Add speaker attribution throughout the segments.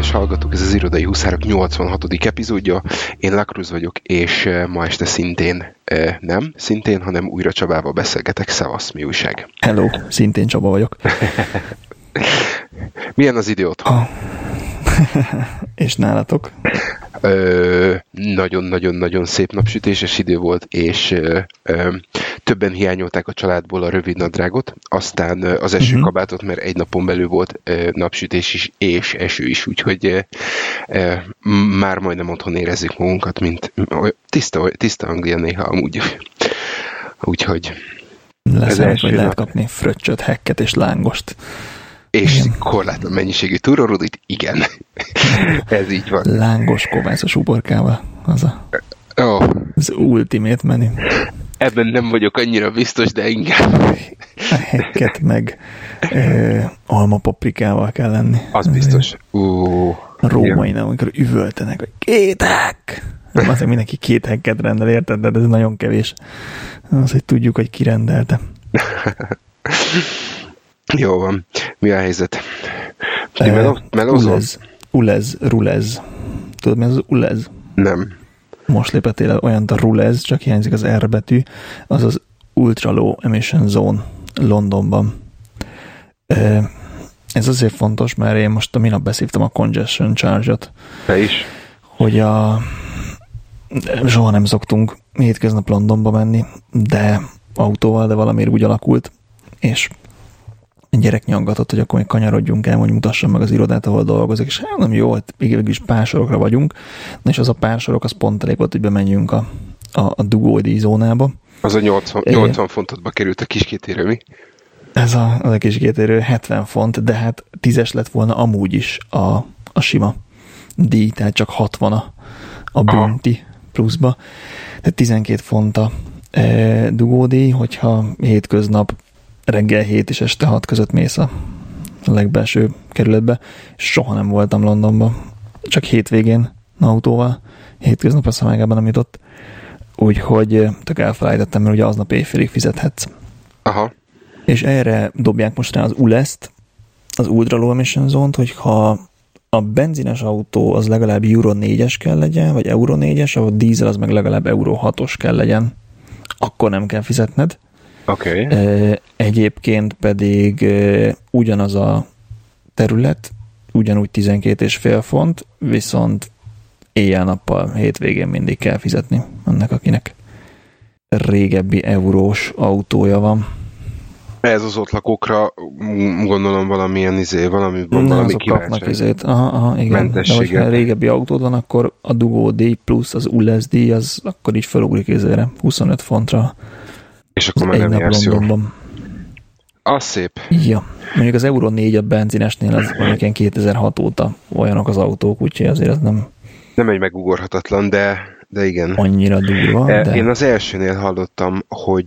Speaker 1: kedves hallgatók, ez az Irodai Huszárok 86. epizódja. Én Lakruz vagyok, és ma este szintén, hanem újra Csabával beszélgetek. Szevasz, mi újság?
Speaker 2: Hello, szintén Csaba vagyok.
Speaker 1: Milyen az idő otthon?
Speaker 2: És nálatok?
Speaker 1: Nagyon-nagyon-nagyon szép napsütéses idő volt, és többen hiányolták a családból a rövid nadrágot, aztán az esőkabátot, mert egy napon belül volt napsütés is, és eső is, úgyhogy már majdnem otthon érezzük magunkat, mint tiszta Anglia néha amúgy. Úgyhogy
Speaker 2: lesz, hogy lehet kapni fröccsöt, hekket és lángost.
Speaker 1: És korlátlan mennyiségű túrorudit, igen. Ez így van.
Speaker 2: Lángos kovászos uborkával. Az ultimate menü.
Speaker 1: Ebben nem vagyok annyira biztos, de inkább.
Speaker 2: A hekket meg almapaprikával kell lenni.
Speaker 1: Az biztos.
Speaker 2: A rómainál, amikor üvöltenek, hogy 2 hek! Nem azért mindenki 2 hekket rendel, érted? De ez nagyon kevés. Az, hogy tudjuk, hogy ki rendelte.
Speaker 1: Jó van. Mi a helyzet?
Speaker 2: Rulez. Tudod, mi az ulez?
Speaker 1: Nem.
Speaker 2: Most lépettél el olyant a rulez, csak hiányzik az R betű, az az Ultra Low Emission Zone Londonban. Ez azért fontos, mert én most a minap beszívtam a Congestion Charge-ot.
Speaker 1: Te is?
Speaker 2: Hogy soha nem szoktunk hétköznap Londonba menni, de autóval, de valamiért úgy alakult, és egy gyerek nyaggatott, hogy akkor még kanyarodjunk el, hogy mutassam meg az irodát, ahol dolgozok, és nem jó, hogy végül pár sorokra vagyunk, na és az a pár sorok, az pont elég volt, hogy bemenjünk a dugódi zónába. Az a
Speaker 1: 80 fontotba került a Kiskétérő, mi?
Speaker 2: Ez az a Kiskétérő 70 font, de hát 10-es lett volna amúgy is a sima díj, tehát csak 60 a bünti pluszba. Tehát 12 font a dugódi, hogyha hétköznap reggel 7 és este 6 között mész a legbelső kerületbe. Soha nem voltam Londonban. Csak hétvégén autóval. Hétköznap a Szamágában nem jutott. Úgyhogy tök elfelejtettem, mert ugye aznap éjfélig fizethetsz.
Speaker 1: Aha.
Speaker 2: És erre dobják most rá az ULEZ-t, az Ultra Low Emission Zone-t, hogyha a benzines autó az legalább Euro 4-es kell legyen, vagy Euro 4-es, a dízel az meg legalább Euro 6-os kell legyen. Akkor nem kell fizetned.
Speaker 1: Okay.
Speaker 2: Egyébként pedig ugyanaz a terület, ugyanúgy 12,5 font, viszont éjjel-nappal hétvégén mindig kell fizetni annak, akinek régebbi eurós autója van.
Speaker 1: Ez az ott lakókra gondolom valamilyen valami
Speaker 2: kiváltság. Aha, igen. Mentességet. De hogyha régebbi autód van, akkor a dugódíj plusz az ULEZ díj, az akkor így felugrik 25 fontra.
Speaker 1: És akkor már nem jársz jó. Az szép.
Speaker 2: Ja. Mondjuk az Euro 4 a benzinesnél az mondjuk 2006 óta olyanok az autók, úgyhogy azért ez
Speaker 1: nem egy megugorhatatlan, de igen.
Speaker 2: Annyira durva. De...
Speaker 1: Én az elsőnél hallottam,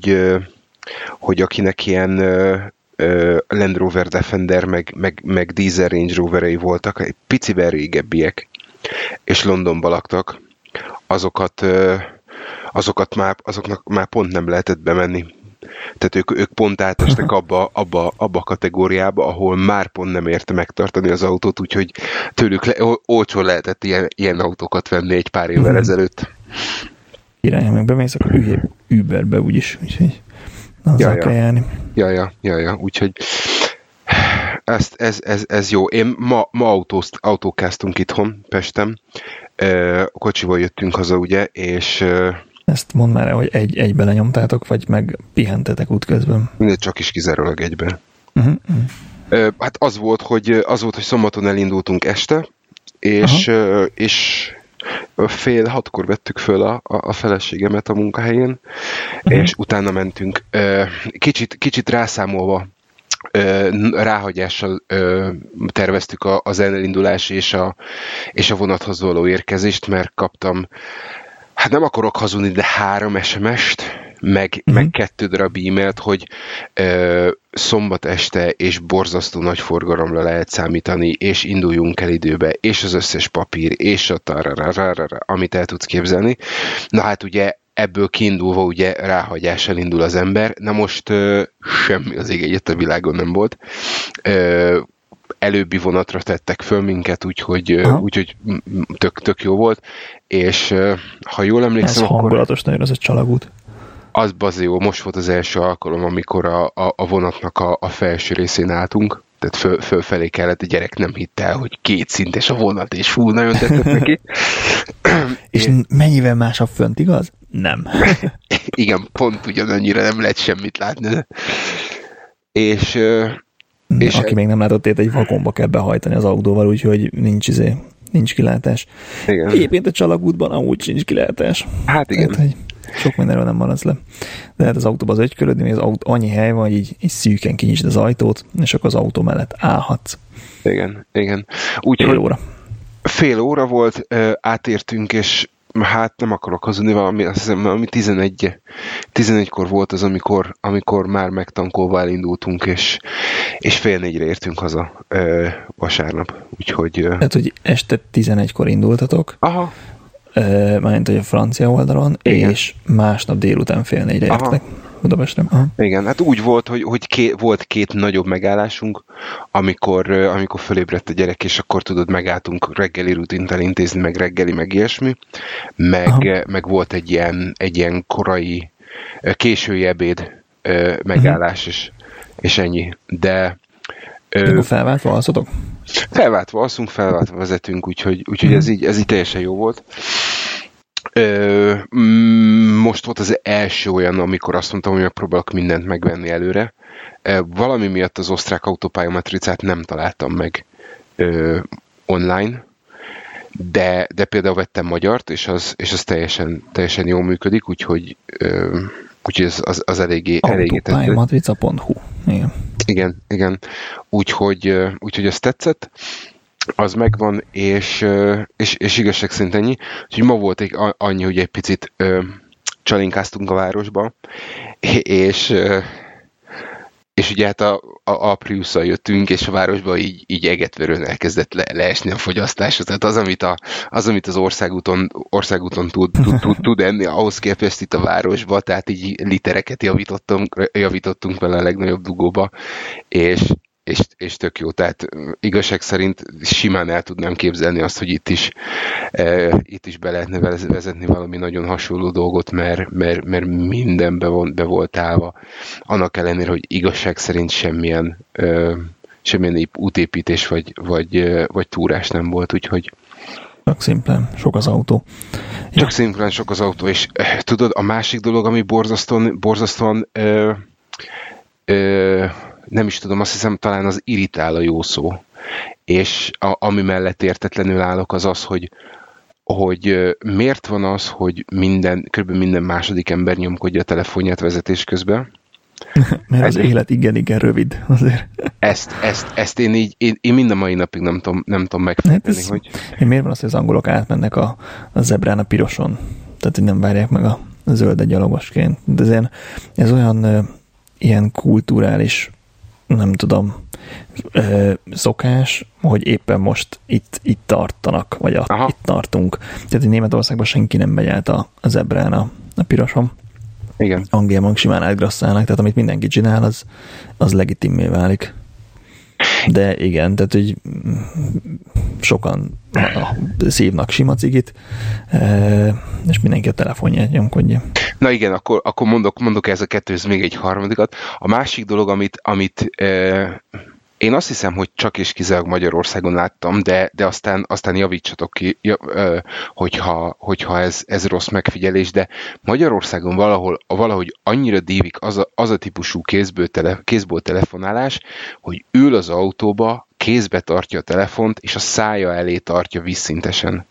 Speaker 1: hogy akinek ilyen Land Rover Defender, meg Diesel Range Roverei voltak, egy picivel régebbiek, és Londonban laktak, azoknak már pont nem lehetett bemenni. Tehát ők pont átestek abba a kategóriába, ahol már pont nem érte megtartani az autót, úgyhogy tőlük olcsón lehetett ilyen autókat venni egy pár évvel ezelőtt.
Speaker 2: Irányom, meg bemész, akkor üljél Uberbe úgyis, úgyhogy azzal kell járni.
Speaker 1: Ja, úgyhogy ez jó. Én ma autókáztunk itthon, Pesten. Kocsival jöttünk haza, ugye, és...
Speaker 2: Ezt mondd már el, hogy egybe lenyomtátok, vagy meg pihentetek útközben?
Speaker 1: Csak is kizárólag egybe. Hát az volt, hogy szombaton elindultunk este, és 5:30 vettük föl a feleségemet a munkahelyén, és utána mentünk. Kicsit rászámolva, ráhagyással terveztük az elindulás és a vonathoz való érkezést, mert kaptam, hát nem akarok hazudni, de 3 SMS-t, meg 2 darab e-mailt, hogy szombat este és borzasztó nagy forgalomra lehet számítani, és induljunk el időbe, és az összes papír, és a amit el tudsz képzelni. Na hát ugye ebből kiindulva ugye ráhagyással indul az ember. Na most semmi az ég egyet a világon nem volt. előbbi vonatra tettek föl minket, úgyhogy tök jó volt, és ha jól emlékszem,
Speaker 2: ez hangulatos nagyon az a Csalagút.
Speaker 1: Az bazi jó, most volt az első alkalom, amikor a vonatnak a felső részén álltunk, tehát fölfelé kellett, a gyerek nem hitte el, hogy 2 szintes a vonat, és fú, nagyon tetszett neki.
Speaker 2: És mennyivel másabb fönt, igaz? Nem.
Speaker 1: Igen, pont ugyanannyira nem lehet semmit látni. És
Speaker 2: aki még nem látott ilyet, egy vagonba kell behajtani az autóval, úgyhogy nincs kilátás. Igen. Egyébként a Csalagútban amúgy sincs kilátás.
Speaker 1: Hát igen.
Speaker 2: Tehát, sok mindenről nem maradsz le. De hát az autóban az ögykörödni, még az autó annyi hely van, hogy így szűken kinyisd az ajtót, és akkor az autó mellett állhatsz.
Speaker 1: Igen. Fél óra volt, átértünk, és hát nem akarok hazudni, azt hiszem, valami 11-kor volt az, amikor már megtankolva elindultunk, és 3:30-re értünk haza vasárnap. Úgyhogy...
Speaker 2: Tehát, hogy este 11-kor indultatok.
Speaker 1: Aha.
Speaker 2: Mármint, hogy a francia oldalon, igen. És másnap délután 3:30-re értek Budapestre. Aha.
Speaker 1: Igen, hát úgy volt, hogy volt 2 nagyobb megállásunk, amikor fölébredt a gyerek, és akkor tudod, megálltunk reggeli rutint elintézni, meg reggeli, meg ilyesmi, meg volt egy ilyen korai, késői ebéd megállás, és ennyi. De
Speaker 2: felváltva alszotok?
Speaker 1: Felváltva alszunk, felváltva vezetünk, úgyhogy ez így teljesen jó volt. Most volt az első olyan, amikor azt mondtam, hogy megpróbálok mindent megvenni előre. Valami miatt az osztrák autópályomatricát nem találtam meg online, de például vettem magyart, és az teljesen jól működik, úgyhogy az eléggé
Speaker 2: Autópályomatrica.hu.
Speaker 1: Igen. Úgyhogy ez tetszett. Az megvan, és igazság szerint ennyi. Úgyhogy ma volt annyi, hogy egy picit csalinkáztunk a városba, és ugye hát a Priusszal jöttünk, és a városba így egetverően elkezdett leesni a fogyasztás. Tehát az, amit az országúton tud enni, ahhoz képest itt a városba, tehát így litereket javítottunk vele a legnagyobb dugóba, és tök jó. Tehát igazság szerint simán el tudnám képzelni azt, hogy itt is be lehetne vezetni valami nagyon hasonló dolgot, mert minden be volt állva. Annak ellenére, hogy igazság szerint semmilyen útépítés vagy túrás nem volt, úgyhogy
Speaker 2: csak szimplán sok az autó.
Speaker 1: Csak szimplán sok az autó, és tudod, a másik dolog, ami borzasztóan nem is tudom, azt hiszem talán az irritál a jó szó. És ami mellett értetlenül állok, az, hogy miért van az, hogy kb. Minden második ember nyomkodja a telefonját vezetés közben.
Speaker 2: Mert az élet igen rövid azért.
Speaker 1: Ezt én mind a mai napig nem tudom megfejteni, hogy...
Speaker 2: Miért van az, hogy az angolok átmennek a zebrán a piroson? Tehát, hogy nem várják meg a zöldet gyalogosként. De ez olyan ilyen kulturális, nem tudom, szokás, hogy éppen most itt tartanak, vagy itt tartunk. Tehát, hogy Németországban senki nem megy át a zebrán a piroson.
Speaker 1: Igen.
Speaker 2: Angliában simán átgrasszálnak, tehát amit mindenki csinál, az legitimé válik. De igen, tehát, hogy sokan szívnak sima cigit, és mindenki a telefonját nyomkodja.
Speaker 1: Na igen, akkor mondok ez a kettőhöz még egy harmadikat. A másik dolog, amit én azt hiszem, hogy csak és kizárólag Magyarországon láttam, de aztán javítsatok ki, hogyha ez rossz megfigyelés, de Magyarországon valahogy annyira dívik az a típusú kézból telefonálás, hogy ül az autóba, kézbe tartja a telefont, és a szája elé tartja vízszintesen.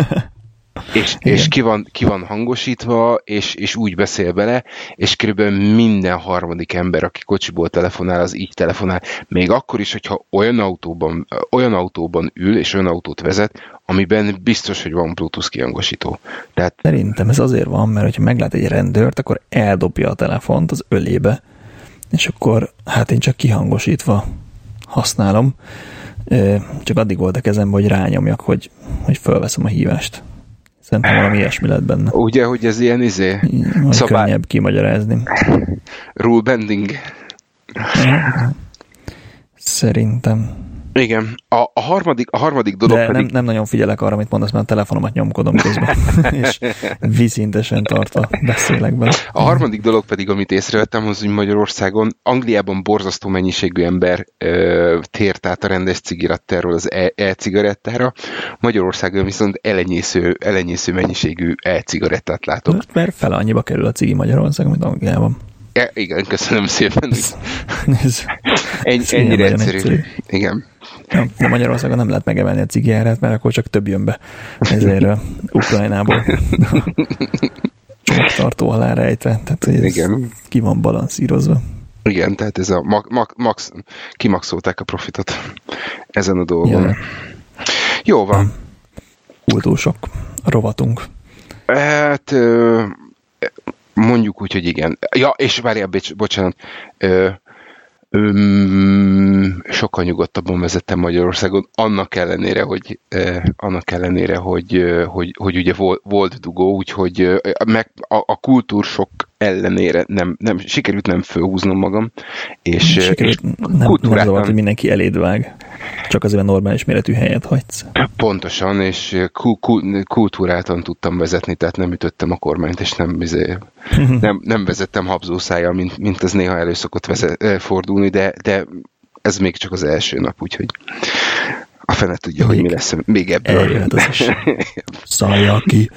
Speaker 1: És ki van hangosítva, és úgy beszél bele, és körülbelül minden harmadik ember, aki kocsiból telefonál, az így telefonál. Még akkor is, hogyha olyan autóban ül, és olyan autót vezet, amiben biztos, hogy van Bluetooth kihangosító. Tehát...
Speaker 2: Szerintem ez azért van, mert hogyha meglát egy rendőrt, akkor eldobja a telefont az ölébe, és akkor hát én csak kihangosítva használom. Csak addig volt a kezemben, hogy rányomjak, hogy fölveszem a hívást. Szerintem valami ilyesmi lett benne.
Speaker 1: Ugye, hogy ez ilyen
Speaker 2: könnyebb kimagyarázni.
Speaker 1: Rule bending.
Speaker 2: Szerintem.
Speaker 1: Igen. A harmadik dolog
Speaker 2: de
Speaker 1: pedig...
Speaker 2: nem nagyon figyelek arra, amit mondasz, mert a telefonomat nyomkodom közben, és vízszintesen tartva beszélek bele.
Speaker 1: A harmadik dolog pedig, amit észrevettem, hogy Magyarországon, Angliában borzasztó mennyiségű ember tért át a rendes cigarettáról az e-cigarettára, Magyarországon viszont elenyésző mennyiségű e-cigarettát látok.
Speaker 2: Mert fele annyiba kerül a cigi Magyarországon, mint Angliában.
Speaker 1: Igen, köszönöm szépen.
Speaker 2: Ez
Speaker 1: ennyire egyszerű. Igen.
Speaker 2: Ja, de Magyarországon nem lehet megemelni a cigi árát, mert akkor csak több jön be. Ezért Ukrajnából csomagtartó alá rejtve. Tehát, hogy ez ki van balanszírozva.
Speaker 1: Igen, tehát ez a kimaxolták a profitot ezen a dolgon. Ja. Jó van.
Speaker 2: Túl sok a rovatunk.
Speaker 1: Hát... mondjuk úgy, hogy igen. Ja, és várjál, bocsánat. Sokkal nyugodtabban vezettem Magyarországon, annak ellenére, hogy ugye volt dugó, úgyhogy a kultúrsok ellenére nem sikerült nem fölhúznom magam, és
Speaker 2: nem zavart, hogy mindenki eléd vág. Csak azért a normális méretű helyet hagysz.
Speaker 1: Pontosan, és kultúráltan tudtam vezetni, tehát nem ütöttem a kormányt, és nem vezettem habzószájjal, mint az néha elő szokott fordulni, de ez még csak az első nap, úgyhogy a fene tudja, hogy mi lesz még ebből.
Speaker 2: Eljöhet az is. Szállja ki.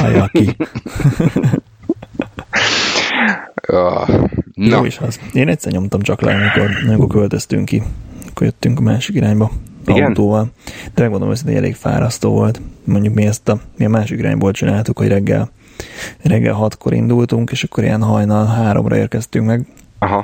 Speaker 2: Jó is az. Én egyszer nyomtam csak le, amikor költöztünk ki. Akkor jöttünk a másik irányba autóval. De megmondom őszintén, hogy elég fárasztó volt. Mondjuk mi a másik irányból csináltuk, hogy reggel 6-kor indultunk, és akkor ilyen hajnal 3-ra érkeztünk meg.
Speaker 1: Aha.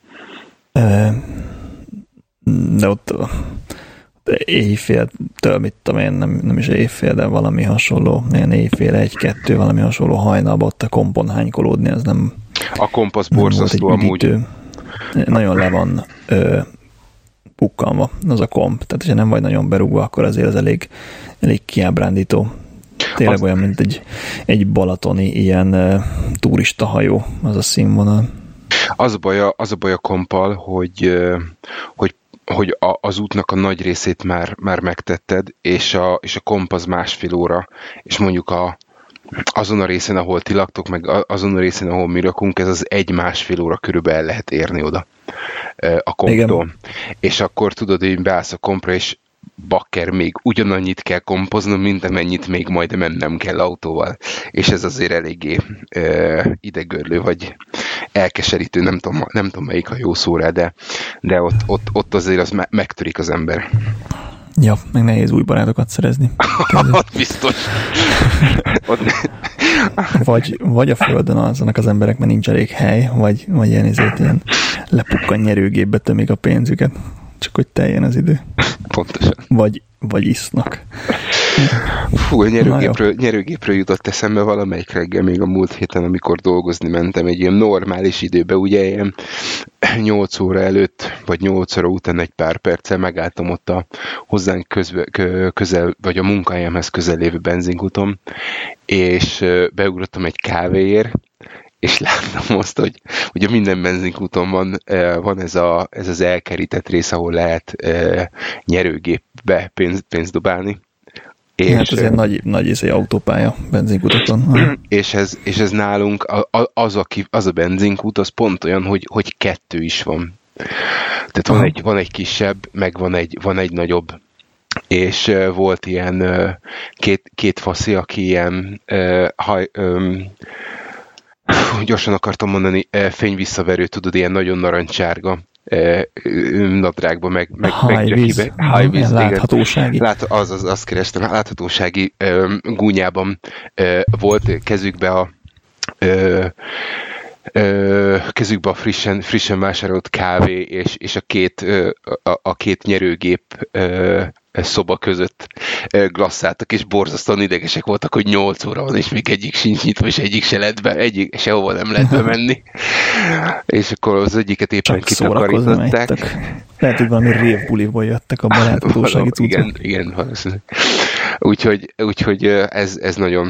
Speaker 2: De ott éjféltől, mit tudom én, nem is éjfél, de valami hasonló, ilyen éjfél, 1-2, valami hasonló hajnalba ott a kompon hánykolódni, az nem...
Speaker 1: A komp az borzasztó amúgy.
Speaker 2: Nagyon le van pukkanva az a komp, tehát ha nem vagy nagyon berúgva, akkor azért az elég kiábrándító. Tényleg olyan, mint egy balatoni ilyen turistahajó, az a színvonal.
Speaker 1: Az a baj a kompal, hogy az útnak a nagy részét már megtetted, és a komp az 1,5 óra, és mondjuk azon a részen, ahol ti laktok, meg azon a részen, ahol mi lakunk, ez az 1,5 óra körülbelül el lehet érni oda a komptól. Igen. És akkor tudod, hogy beállsz a kompra, és bakker, még ugyanannyit kell kompoznom, mint amennyit még majd mennem kell autóval. És ez azért eléggé idegörlő, vagy elkeserítő, nem tudom melyik a jó szó rá, de ott azért az megtörik az ember.
Speaker 2: Ja, meg nehéz új barátokat szerezni.
Speaker 1: Biztos.
Speaker 2: Vagy a földön azonnak az emberek, mert nincs elég hely, vagy ilyen lepukkan nyerőgépbe tömik a pénzüket, csak hogy teljen az idő.
Speaker 1: Pontosan.
Speaker 2: Vagy isznak.
Speaker 1: Fú, a nyerőgépről jutott eszembe valamelyik reggel még a múlt héten, amikor dolgozni mentem egy ilyen normális időben, ugye ilyen 8 óra előtt, vagy 8 óra után egy pár perccel megálltam ott a hozzánk közel, vagy a munkahelyemhez közel lévő benzinkúton, és beugrottam egy kávéért, és láttam azt, hogy ugye minden benzinkúton van ez az elkerített rész, ahol lehet nyerőgépbe pénzt dobálni.
Speaker 2: És hát ez egy nagy autópálya benzinkutakon.
Speaker 1: És ez nálunk, az a benzinkút, az pont olyan, hogy 2 is van. Tehát van egy kisebb, meg van egy nagyobb. És volt ilyen két faszi, aki ilyen gyorsan akartam mondani, fényvisszaverő, tudod, ilyen nagyon narancsárga nadrágba, meg
Speaker 2: high vis, láthatósági.
Speaker 1: Azt kerestem, láthatósági gúnyában volt kezükbe a frissen vásárolt kávé, és a két nyerőgép szoba között glasszáltak, és borzasztóan idegesek voltak, hogy 8 óra van, és még egyik sincs nyitva, és egyik se lett be, sehova nem lehet bemenni. És akkor az egyiket éppen kitakarították.
Speaker 2: Lehet, hogy valami révbuliból jöttek a baráthatósági cuccok.
Speaker 1: Igen, valószínűleg. Úgyhogy ez nagyon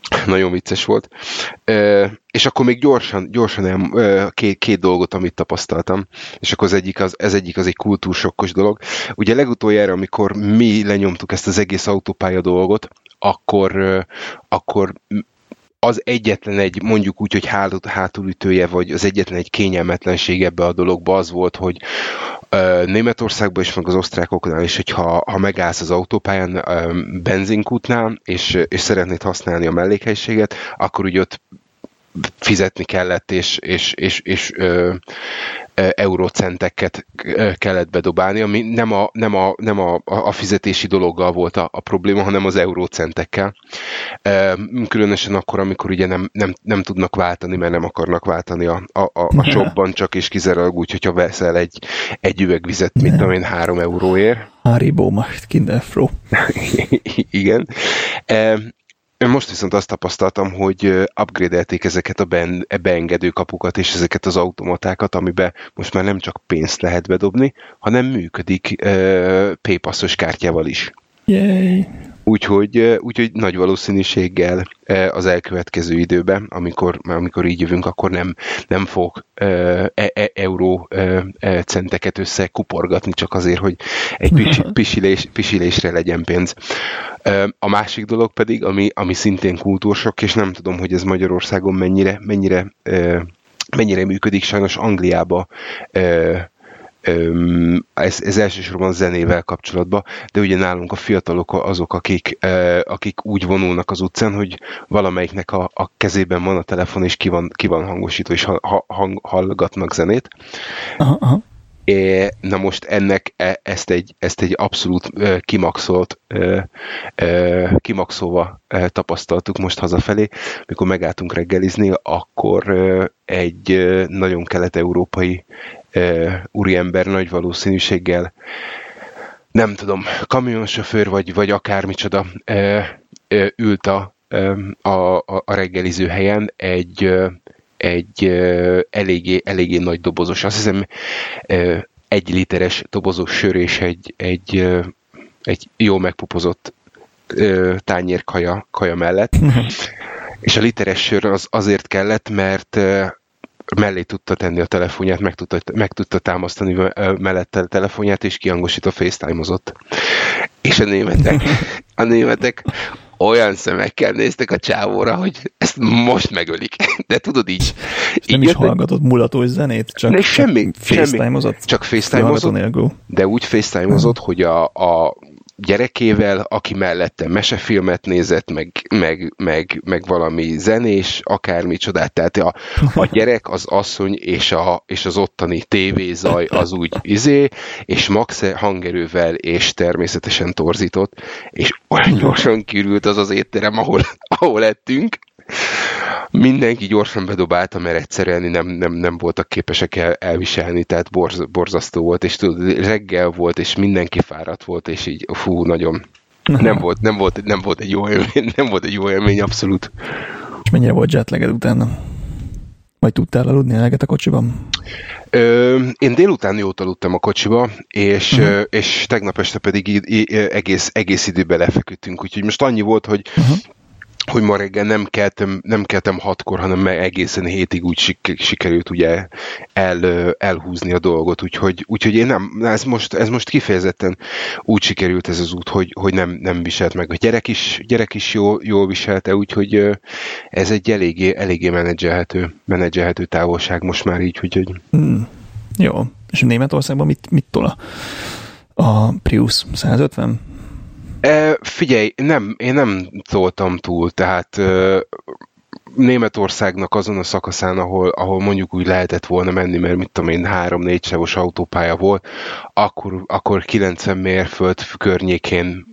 Speaker 1: Nagyon vicces volt. És akkor még gyorsan két dolgot, amit tapasztaltam, és akkor ez egyik az egy kultúrsokkos dolog. Ugye legutoljára, amikor mi lenyomtuk ezt az egész autópálya dolgot, akkor az egyetlen egy, mondjuk úgy, hogy hátulütője, vagy az egyetlen egy kényelmetlenség ebbe a dologba az volt, hogy Németországban is, meg az osztrákoknál is, hogyha megállsz az autópályán benzinkútnál, és szeretnéd használni a mellékhelyiséget, akkor úgy ott fizetni kellett, és eurócenteket kellett bedobálni, ami nem a fizetési dologgal volt a probléma, hanem az eurócentekkel. Különösen akkor, amikor ugye nem tudnak váltani, mert nem akarnak váltani a shopban, csak és kizárólag úgy, hogyha veszel egy üvegvizet, mit tudom én, 3 euróért.
Speaker 2: Haribo macht Kinderfroh.
Speaker 1: Igen. Most viszont azt tapasztaltam, hogy upgrade-elték ezeket a beengedő kapukat és ezeket az automatákat, amiben most már nem csak pénzt lehet bedobni, hanem működik Paypass-os kártyával is.
Speaker 2: Yay.
Speaker 1: Úgyhogy nagy valószínűséggel az elkövetkező időben, amikor így jövünk, akkor nem fog euró centeket összekuporgatni, csak azért, hogy egy pisilésre legyen pénz. A másik dolog pedig, ami szintén kultúrsok, és nem tudom, hogy ez Magyarországon mennyire működik, sajnos Angliába ez elsősorban zenével kapcsolatban, de ugye nálunk a fiatalok azok, akik úgy vonulnak az utcán, hogy valamelyiknek a kezében van a telefon, és ki van hangosítva, és hallgatnak zenét.
Speaker 2: Aha.
Speaker 1: Na most ezt egy abszolút kimaxolva tapasztaltuk most hazafelé, mikor megálltunk reggelizni, akkor egy nagyon kelet-európai úriember nagy valószínűséggel, nem tudom, kamionsofőr vagy akármicsoda ült a reggeliző helyen egy eléggé nagy dobozos, azt hiszem 1 literes dobozos sör és egy jó megpupozott tányér kaja mellett. És a literes sör azért kellett, mert mellé tudta tenni a telefonját, meg tudta támasztani mellette a telefonját, és kihangosítva FaceTime-ozott. És a németek olyan szemekkel néztek a csávóra, hogy ezt most megölik. De tudod így.
Speaker 2: Nem is hallgatott mulatós zenét? Csak FaceTime-ozott?
Speaker 1: Csak FaceTime-ozott, de úgy FaceTime-ozott, hogy a gyerekével, aki mellette mesefilmet nézett, meg valami zenés, akármi csodát. Tehát a gyerek, az asszony és az ottani tévézaj az úgy és max hangerővel és természetesen torzított, és olyan gyorsan kirült az étterem, ahol ettünk. Mindenki gyorsan bedobálta, mert egyszerűen nem voltak képesek elviselni, tehát borzasztó volt, és tudod, reggel volt, és mindenki fáradt volt, és így nagyon nem volt egy jó élmény, abszolút.
Speaker 2: És mennyire volt jetlagged utána? Vagy tudtál aludni eleget a kocsiban?
Speaker 1: Én délután jót aludtam a kocsiba, és tegnap este pedig egész időben lefeküdtünk, úgyhogy most annyi volt, hogy ma reggel nem keltem 6-kor, hanem egészen 7-ig úgy sikerült ugye elhúzni a dolgot, úgyhogy én ez most kifejezetten úgy sikerült ez az út, hogy nem viselt meg. A gyerek is jól viselte, úgyhogy ez egy eléggé menedzselhető távolság most már így, úgyhogy...
Speaker 2: Jó. És Németországban mit tol a Prius 150?
Speaker 1: Figyelj, én nem toltam túl, tehát Németországnak azon a szakaszán, ahol mondjuk úgy lehetett volna menni, mert mit tudom én, 3-4 sávos autópálya volt, akkor 90 mérföld környékén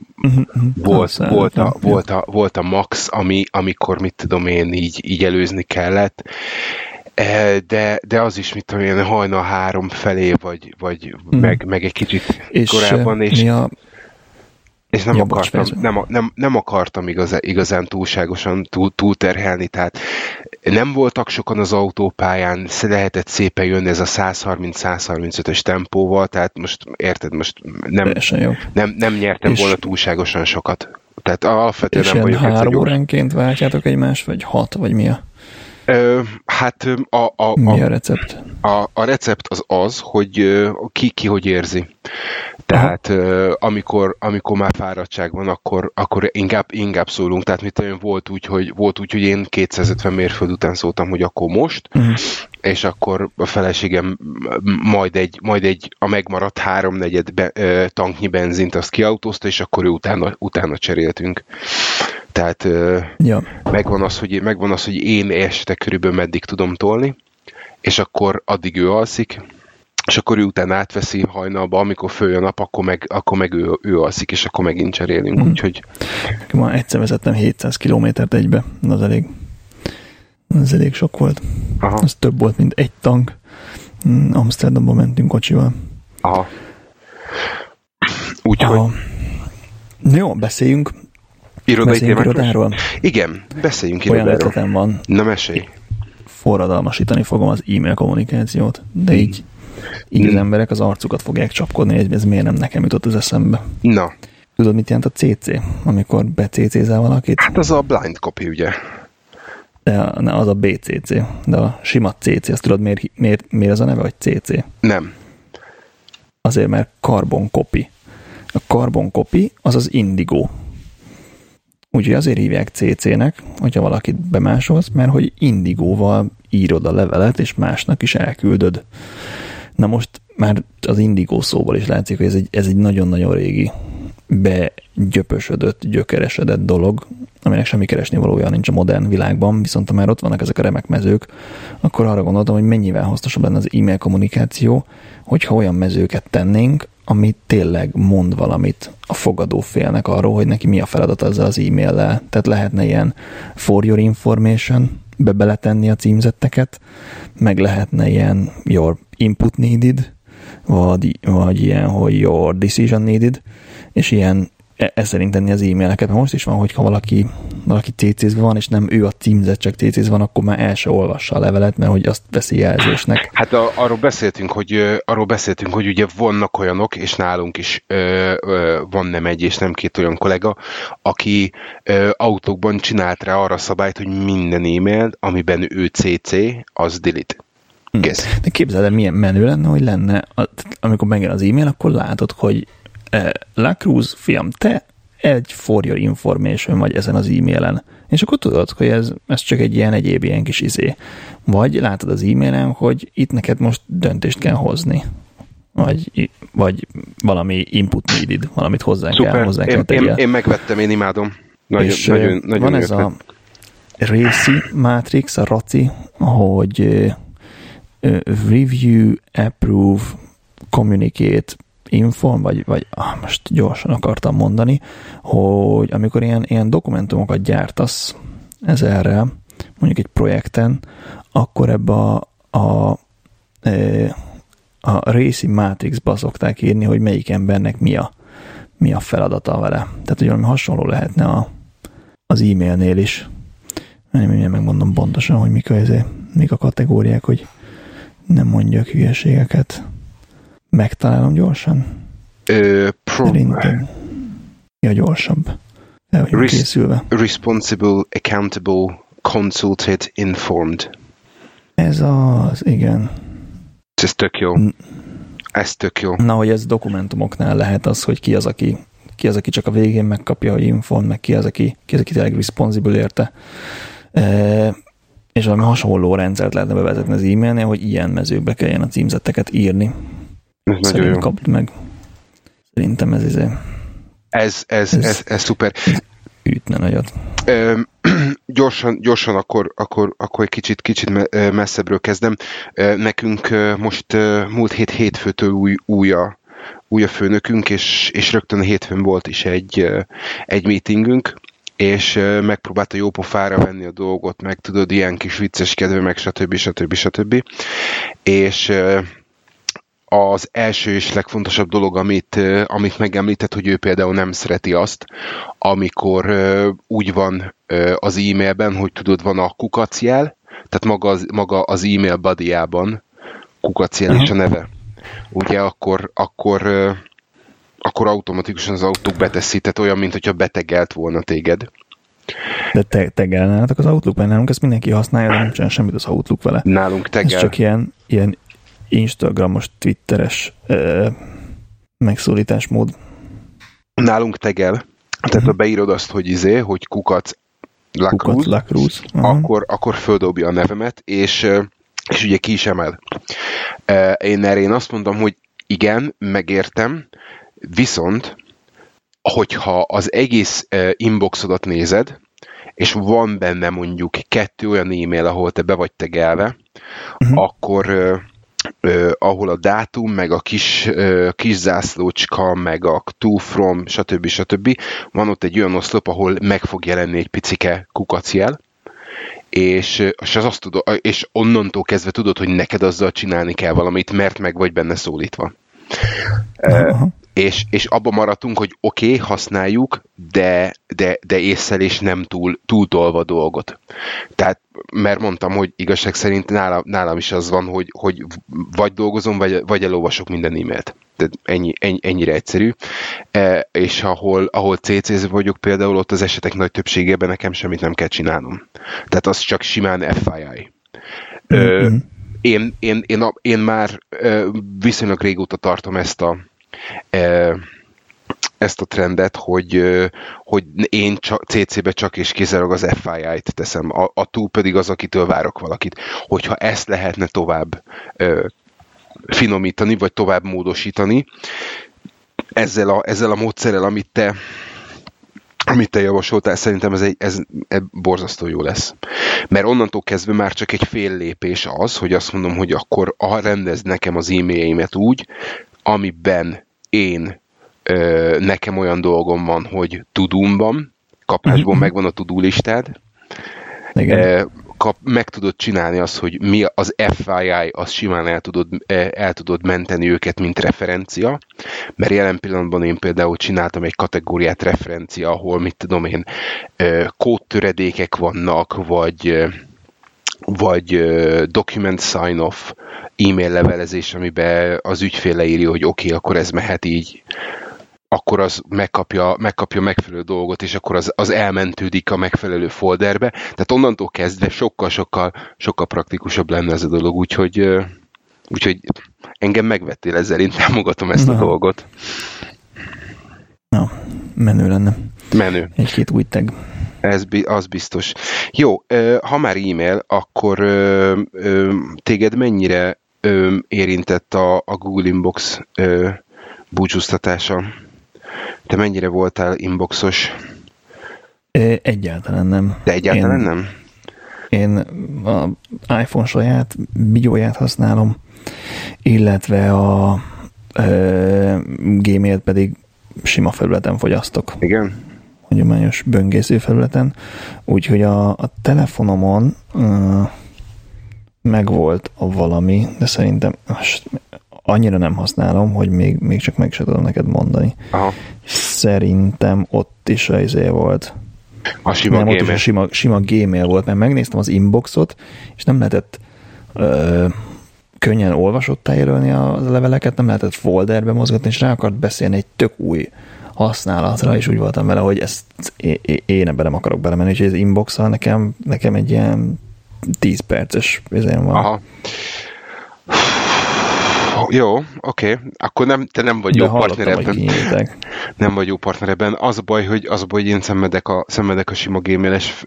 Speaker 1: volt a max, amikor mit tudom én, így előzni kellett. De az is, mit tudom én, hajnal 3 felé, vagy meg egy kicsit korábban, és nem akartam igazán túlságosan túlterhelni, tehát nem voltak sokan az autópályán, lehetett szépen jönni ez a 130-135-ös tempóval, tehát most érted, most nem nyertem volna túlságosan sokat Tehát alapvetően
Speaker 2: és
Speaker 1: nem vagyok
Speaker 2: 3 óránként váltjátok egymást, vagy 6, vagy mi a?
Speaker 1: Hát
Speaker 2: mi a recept?
Speaker 1: A recept az, hogy ki hogy érzi. Tehát amikor már fáradtság van, akkor inkább szólunk. Tehát volt úgy, hogy én 250 mérföld után szóltam, hogy akkor most, és akkor a feleségem majd egy a megmaradt 3/4 tanknyi benzint azt kiautózta, és akkor ő utána cseréltünk. Tehát megvan az, hogy én este körülbelül meddig tudom tolni, és akkor addig ő alszik, és akkor ő utána átveszi hajnalba, amikor följön a nap, akkor meg ő alszik, és akkor megint cserélünk. Úgyhogy...
Speaker 2: Már egyszer vezettem 700 kilométert egybe, az elég sok volt. Aha. Az több volt, mint egy tank. Amsterdamban mentünk kocsival.
Speaker 1: Aha. Úgyhogy...
Speaker 2: Jó, beszéljünk irodáról.
Speaker 1: Igen, beszéljünk irodáról.
Speaker 2: Olyan ötletem van.
Speaker 1: Na, mesélj.
Speaker 2: Forradalmasítani fogom az e-mail kommunikációt, de így az emberek az arcukat fogják csapkodni, hogy ez miért nem nekem jutott az eszembe.
Speaker 1: Na.
Speaker 2: Tudod, mit jelent a CC, amikor becécézel valakit?
Speaker 1: Hát az a blind copy, ugye?
Speaker 2: De az a BCC, de a sima CC, azt tudod, miért az a neve, hogy CC?
Speaker 1: Nem.
Speaker 2: Azért, mert carbon copy. A carbon copy az az Indigo. Úgyhogy azért hívják CC-nek, hogyha valakit bemásolsz, mert hogy Indigóval írod a levelet, és másnak is elküldöd. Na most már az Indigo szóval is látszik, hogy ez egy nagyon-nagyon régi, begyöpösödött, gyökeresedett dolog, aminek semmi keresni valója nincs a modern világban, viszont ha már ott vannak ezek a remek mezők, akkor arra gondoltam, hogy mennyivel hasznosabb lenne az e-mail kommunikáció, hogyha olyan mezőket tennénk, ami tényleg mond valamit a fogadó félnek arról, hogy neki mi a feladat ezzel az e-maillel. Tehát lehetne ilyen for your information, beletenni a címzetteket, meg lehetne ilyen your input needed, vagy ilyen, hogy your decision needed, és ilyen ez szerint tenni az e-maileket. Mert most is van, hogyha valaki CC-zve van, és nem ő a címzet, csak CC-zve van, akkor már el se olvassa a levelet, mert hogy azt veszi jelzésnek.
Speaker 1: Hát arról beszéltünk, hogy ugye vannak olyanok, és nálunk is van nem egy és nem két olyan kollega, aki autókban csinált rá arra szabályt, hogy minden e-mail, amiben ő CC, az delete.
Speaker 2: De képzeld el, milyen menő lenne, hogy lenne, amikor megjön az e-mail, akkor látod, hogy La Cruz, fiam, te egy for your information vagy ezen az e-mailen. És akkor tudod, hogy ez csak egy ilyen egyéb ilyen kis izé. Vagy látod az e-mailen, hogy itt neked most döntést kell hozni. Vagy valami input needed, valamit hozzá kell tenni.
Speaker 1: Én megvettem, én imádom. Nagyon
Speaker 2: van ez a RACI Matrix, a RACI, hogy review, approve, communicate, inform, vagy most gyorsan akartam mondani, hogy amikor ilyen dokumentumokat gyártasz ezerrel, mondjuk egy projekten, akkor ebbe a RACI Matrixba szokták írni, hogy melyik embernek mi a feladata vele. Tehát, hogy valami hasonló lehetne az e-mailnél is. Én megmondom pontosan, hogy mik a kategóriák, hogy nem mondjak hülyeségeket. Megtalálom gyorsan? Szerintem. Ja, gyorsabb. El vagyunk készülve.
Speaker 1: Responsible, accountable, consulted, informed.
Speaker 2: Ez az, igen.
Speaker 1: Ez tök jó. Ez tök jó.
Speaker 2: Na, hogy ez dokumentumoknál lehet az, hogy ki az, aki csak a végén megkapja, hogy informed, meg ki az, aki tényleg responsible érte. És valami hasonló rendszert lehetne bevezetni az e-mailnél, hogy ilyen mezőkbe kelljen a címzetteket írni. Szerint kapd meg. Szerintem ez
Speaker 1: szuper.
Speaker 2: Ütne nagyot.
Speaker 1: Gyorsan akkor egy kicsit messzebbről kezdem. Nekünk most múlt hétfőtől új a főnökünk, és rögtön a hétfőn volt is egy meetingünk, és megpróbálta jó pofára venni a dolgot, meg tudod, ilyen kis vicces kedve, meg stb. És az első és legfontosabb dolog, amit megemlített, hogy ő például nem szereti azt, amikor úgy van az e-mailben, hogy tudod, van a kukacjel, tehát maga az e-mail bodyjában kukacjel és a neve. Ugye akkor akkor automatikusan az Outlook beteszi, tehát olyan, mint hogyha betegelt volna téged.
Speaker 2: De tegelnátok az Outlook, mert nálunk ezt mindenki használja, de nem csinál semmit az Outlook vele.
Speaker 1: Nálunk tegel.
Speaker 2: Ez csak ilyen Instagramos, Twitteres megszólításmód.
Speaker 1: Nálunk tegel. Tehát ha beírod azt, hogy kukac Lacruz, akkor földobja a nevemet, és ugye ki is emel. Én azt mondom, hogy igen, megértem, viszont hogyha az egész inboxodat nézed, és van benne mondjuk 2 olyan e-mail, ahol te be vagy tegelve, akkor ahol a dátum, meg a kis zászlócska, meg a to from, stb. Van ott egy olyan oszlop, ahol meg fog jelenni egy picike kukacjel, és onnantól kezdve tudod, hogy neked azzal csinálni kell valamit, mert meg vagy benne szólítva. És abban maradtunk, hogy oké, használjuk, de ésszel és nem túl tolva dolgot. Tehát, mert mondtam, hogy igazság szerint nálam is az van, hogy vagy dolgozom, vagy elolvasok minden e-mailt. Tehát ennyire egyszerű. És ahol CC-zve vagyok például, ott az esetek nagy többségében nekem semmit nem kell csinálnom. Tehát az csak simán FYI. Én már viszonylag régóta tartom ezt a trendet, hogy én CC-be csak és kizárólag az FII-t teszem. A túl pedig az, akitől várok valakit. Hogyha ezt lehetne tovább finomítani, vagy tovább módosítani, ezzel a módszerrel, amit te javasoltál, szerintem ez borzasztó jó lesz. Mert onnantól kezdve már csak egy fél lépés az, hogy azt mondom, hogy akkor rendezd nekem az e-mailjeimet úgy, amiben nekem olyan dolgom van, hogy to-do-mban, kapásból megvan a to-do listád, meg tudod csinálni azt, hogy mi az FYI, azt simán el tudod menteni őket, mint referencia, mert jelen pillanatban én például csináltam egy kategóriát referencia, ahol mit tudom én, kódtöredékek vannak, vagy document sign-off, e-mail levelezés, amiben az ügyfél leírja, hogy oké, akkor ez mehet így, akkor az megkapja megfelelő dolgot, és akkor az elmentődik a megfelelő folderbe. Tehát onnantól kezdve sokkal praktikusabb lenne ez a dolog, úgyhogy engem megvettél ezzel, én támogatom ezt a dolgot.
Speaker 2: Na, menő lenne.
Speaker 1: Menő.
Speaker 2: Egy-két új tag.
Speaker 1: Az biztos. Jó, ha már e-mail, akkor téged mennyire érintett a Google Inbox búcsúztatása? Te mennyire voltál inboxos?
Speaker 2: Egyáltalán nem.
Speaker 1: De egyáltalán nem?
Speaker 2: Én az iPhone saját bigyóját használom, illetve a Gmailt pedig sima felületen fogyasztok.
Speaker 1: Igen?
Speaker 2: Hagyományos böngésző felületen. Úgyhogy a telefonomon megvolt a valami, de szerintem annyira nem használom, hogy még csak meg sem tudom neked mondani.
Speaker 1: Aha.
Speaker 2: Szerintem ott is az izé volt.
Speaker 1: A sima Gmail.
Speaker 2: Ott is a sima Gmail volt, mert megnéztem az inboxot, és nem lehetett könnyen olvasottá jelölni a leveleket, nem lehetett folderbe mozgatni, és rá akart beszélni egy tök új használatra, és úgy voltam vele, hogy ezt én ebben nem akarok belemenni, úgyhogy az inbox-al nekem egy ilyen 10 perces ezért van.
Speaker 1: Aha. Jó, oké. Akkor te nem vagy jó partner ebben. Nem vagy jó partner ebben. Az a baj, hogy én szenvedek a sima Gmail-es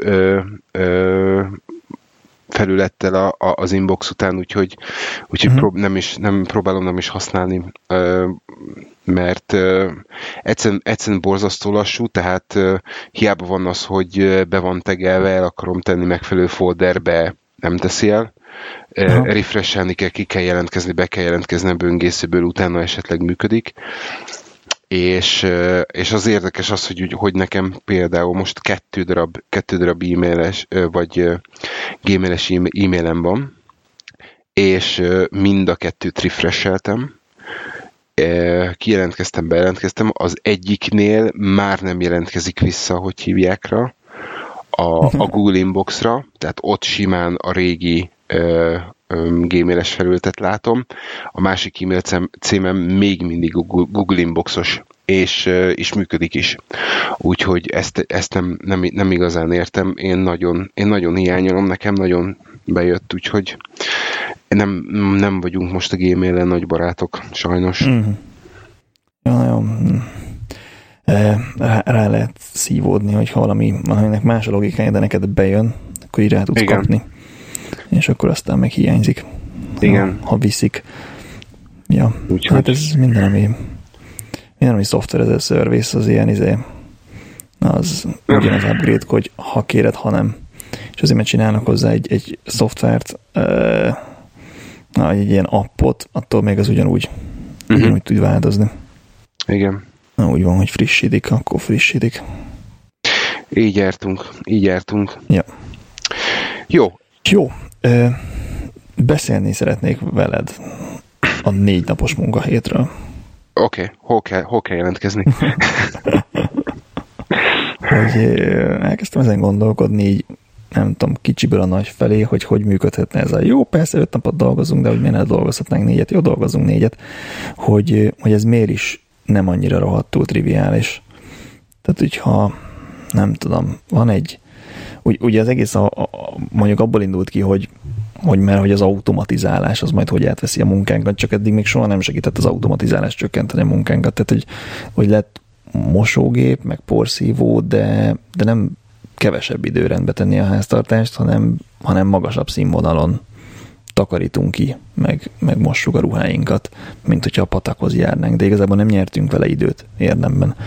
Speaker 1: felülettel az inbox után, úgyhogy nem próbálom használni, mert egyszerűen borzasztó lassú, tehát hiába van az, hogy be van tegelve, el akarom tenni megfelelő folderbe, nem teszi el. Refreshelni kell, ki kell jelentkezni, be kell jelentkezni a böngészőből, utána esetleg működik. És az érdekes az, hogy nekem például most 2 darab e-mailes, vagy gmailes e-mailem van, és mind a 2-t refresheltem, kijelentkeztem, bejelentkeztem, az egyiknél már nem jelentkezik vissza, hogy hívják rá, a Google Inboxra, tehát ott simán a régi gmail-es felületet látom, a másik e-mail címem még mindig Google Inboxos, és működik is. Úgyhogy ezt nem igazán értem. Én nagyon hiányolom, nekem nagyon bejött, úgyhogy nem vagyunk most a Gmail-en nagy barátok, sajnos.
Speaker 2: Nagyon rá lehet szívódni, hogy valaminek más a logikája, de neked bejön, akkor így rá tudsz kapni. És akkor aztán meg hiányzik.
Speaker 1: Igen.
Speaker 2: Ha viszik. Ja, hát ez minden, ami software as a service, az ilyen az ugyanaz upgrade, hogy ha kéred, ha nem. És azért, mert csinálnak hozzá egy szoftvert, egy ilyen appot, attól még az ugyanúgy tud változni.
Speaker 1: Igen.
Speaker 2: Úgy van, hogy frissítik, akkor frissítik.
Speaker 1: Így jártunk.
Speaker 2: Ja.
Speaker 1: Jó.
Speaker 2: Beszélni szeretnék veled a 4 napos munkahétről.
Speaker 1: Oké. Hol kell jelentkezni?
Speaker 2: Hogy elkezdtem ezen gondolkodni, így nem tudom, kicsiből a nagy felé, hogy működhetne ez a jó, persze 5 napot dolgozunk, de hogy miért ne dolgozhatnánk 4-et, jó, dolgozunk 4-et, hogy ez miért is nem annyira rohadtul triviális. Tehát, hogyha nem tudom, van egy ugye az egész mondjuk abból indult ki, hogy az automatizálás az majd hogy átveszi a munkánkat, csak eddig még soha nem segített az automatizálás csökkenteni a munkánkat. Tehát, hogy lett mosógép, meg porszívó, de nem kevesebb időrendbe tenni a háztartást, hanem magasabb színvonalon takarítunk ki, meg mossuk a ruháinkat, mint hogyha a patakhoz járnánk, de igazából nem nyertünk vele időt érdemben.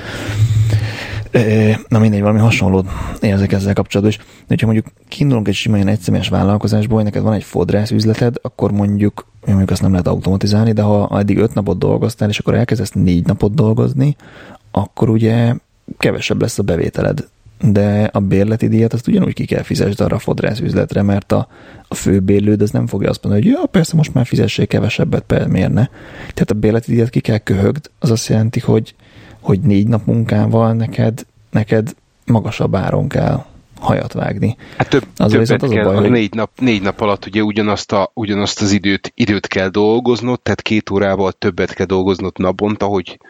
Speaker 2: Na mindegy, valami hasonlót érzek ezzel kapcsolatban is. De hogyha mondjuk kiindulunk egy sima ilyen egyszemélyes vállalkozásból, hogy neked van egy fodrász üzleted, akkor mondjuk azt nem lehet automatizálni, de ha eddig 5 napot dolgoztál, és akkor elkezdesz 4 napot dolgozni, akkor ugye kevesebb lesz a bevételed. De a bérleti díjat azt ugyanúgy ki kell fizesd arra a fodrász üzletre, mert a főbérlőd az nem fogja azt mondani, hogy ja, persze most már fizessél kevesebbet, miért ne? Tehát a bérleti díjat ki kell köhögd, az azt jelenti, hogy 4 nap munkával neked magasabb áron kell hajat vágni.
Speaker 1: Hát többet kell, a baj, 4 nap alatt ugye ugyanazt az időt kell dolgoznod, tehát 2 órával többet kell dolgoznod naponta, hogy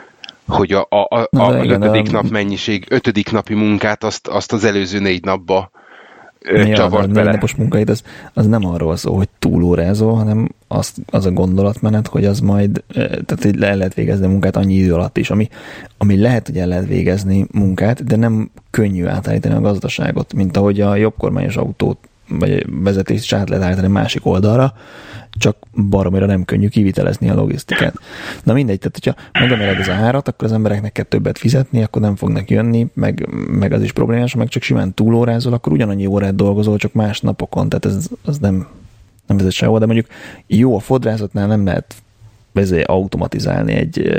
Speaker 1: az 5. nap mennyiség, 5. napi munkát azt az előző 4 napba csavart bele. A 4 napos
Speaker 2: munkáid az nem arról szól, hogy túlórázol, hanem az a gondolatmenet, hogy az majd, tehát hogy el lehet végezni a munkát annyi idő alatt is, ami lehet, hogy el lehet végezni munkát, de nem könnyű átállítani a gazdaságot, mint ahogy a jobbkormányos autót vagy vezetést át lehet állítani másik oldalra, csak baromira nem könnyű kivitelezni a logisztikát. Na mindegy, tehát hogyha megemeled az árat, akkor az embereknek kell többet fizetni, akkor nem fognak jönni, meg az is problémás, meg csak simán túlórázol, akkor ugyanannyi órát dolgozol, csak más napokon, tehát ez nem vezet sehova, de mondjuk jó, a fodrászatnál nem lehet automatizálni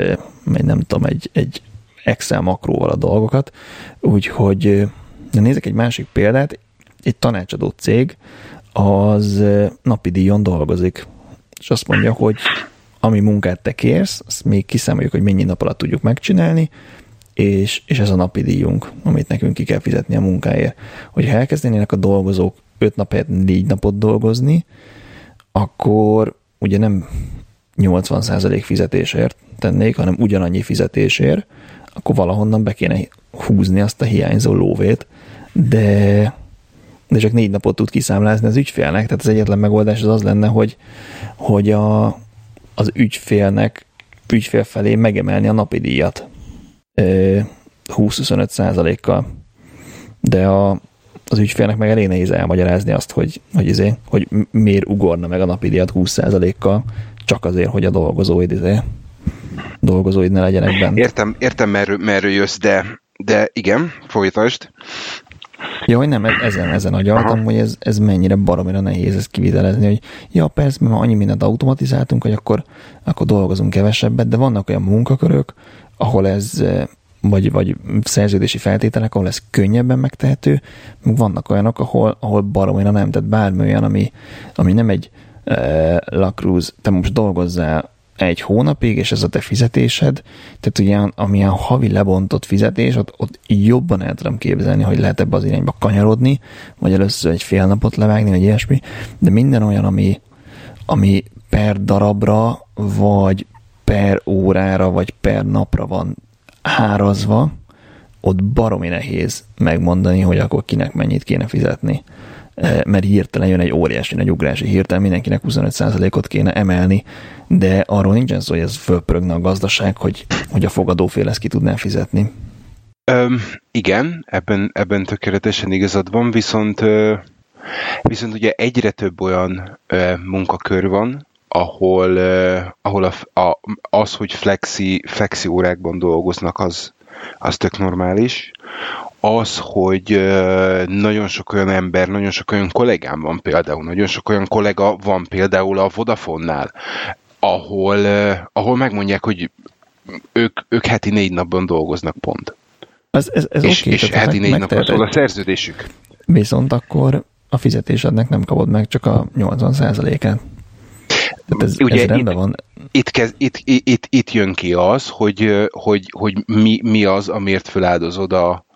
Speaker 2: egy Excel makróval a dolgokat, úgyhogy nézzek egy másik példát, egy tanácsadó cég az napi díjon dolgozik, és azt mondja, hogy ami munkát te kérsz, azt még kiszámoljuk, hogy mennyi nap alatt tudjuk megcsinálni, és ez a napi díjunk, amit nekünk ki kell fizetni a munkáért. Hogyha elkezdenének a dolgozók 5 nap helyett 4 napot dolgozni, akkor ugye nem 80% fizetésért tennék, hanem ugyanannyi fizetésért, akkor valahonnan be kéne húzni azt a hiányzó lóvét, de csak 4 napot tud kiszámlázni az ügyfélnek, tehát az egyetlen megoldás az lenne, hogy az ügyfél felé megemelni a napi díjat 20-25%-kal. De az ügyfélnek meg elég nehéz elmagyarázni azt, hogy miért ugorna meg a napi díjat 20%-kal, csak azért, hogy a dolgozóid ne legyenek bent.
Speaker 1: Értem merről jössz, de igen, folytasd.
Speaker 2: Ja, hogy nem, ezen agyaltam, hogy ez mennyire baromira nehéz ezt kivitelezni, hogy ja, persze, mi ma annyi mindent automatizáltunk, hogy akkor dolgozunk kevesebbet, de vannak olyan munkakörök, ahol ez, vagy szerződési feltételek, ahol ez könnyebben megtehető, meg vannak olyanok, ahol baromira nem, tehát bármi olyan, ami nem egy lakrúz, te most dolgozzál 1 hónapig, és ez a te fizetésed, tehát amilyen havi lebontott fizetés, ott jobban el tudom képzelni, hogy lehet ebbe az irányba kanyarodni, vagy először egy fél napot levágni, vagy ilyesmi, de minden olyan, ami per darabra, vagy per órára, vagy per napra van árazva, ott baromi nehéz megmondani, hogy akkor kinek mennyit kéne fizetni. Mert hirtelen jön egy óriási nagy ugrási, hirtelen mindenkinek 25%-ot kéne emelni, de arról nincsen szó, hogy ez fölpörögne a gazdaság, hogy a fogadófél ezt ki tudná fizetni.
Speaker 1: Igen, ebben tökéletesen igazad van, viszont ugye egyre több olyan munkakör van, ahol az, hogy flexi órákban dolgoznak, az tök normális. Az, hogy nagyon sok olyan ember, nagyon sok olyan kollégám van például, nagyon sok olyan kollega van például a Vodafone-nál, ahol megmondják, hogy ők heti 4 napban dolgoznak pont.
Speaker 2: Ez
Speaker 1: és heti 4 napban szól a szerződésük.
Speaker 2: Viszont akkor a fizetésednek nem kapod meg csak a 80%-át. Ez rendben van.
Speaker 1: Itt jön ki az, hogy mi az, amiért feláldozod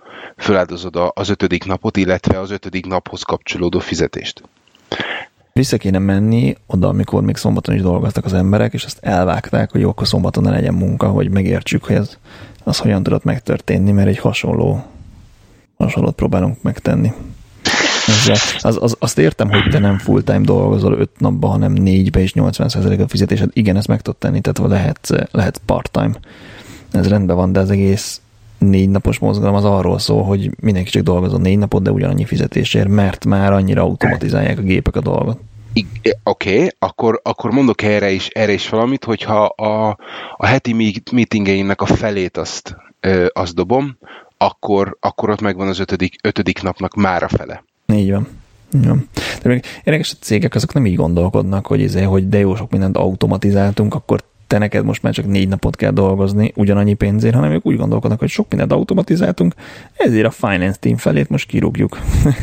Speaker 1: az 5. napot, illetve az 5. naphoz kapcsolódó fizetést.
Speaker 2: Vissza kéne menni oda, amikor még szombaton is dolgoztak az emberek, és azt elvágták, hogy jó, akkor szombaton ne legyen munka, hogy megértsük, hogy az hogyan tudott megtörténni, mert egy hasonlót próbálunk megtenni. Azt értem, hogy te nem full-time dolgozol 5 napban, hanem 4-be és 80%-a fizetésed. Igen, ezt meg tudod tenni, tehát lehet part-time. Ez rendben van, de az egész 4 napos mozgalom az arról szól, hogy mindenki csak dolgozol 4 napot, de ugyanannyi fizetésért, mert már annyira automatizálják a gépek a dolgot.
Speaker 1: Oké, akkor mondok erre is valamit, hogyha a heti meetingeinek a felét azt dobom, akkor ott megvan az 5. napnak már a fele.
Speaker 2: Így van. Ja. De még érdekes, a cégek azok nem így gondolkodnak, hogy de jó sok mindent automatizáltunk, akkor te neked most már csak 4 napot kell dolgozni ugyanannyi pénzért, hanem ők úgy gondolkodnak, hogy sok mindent automatizáltunk, ezért a finance team felét most kirúgjuk.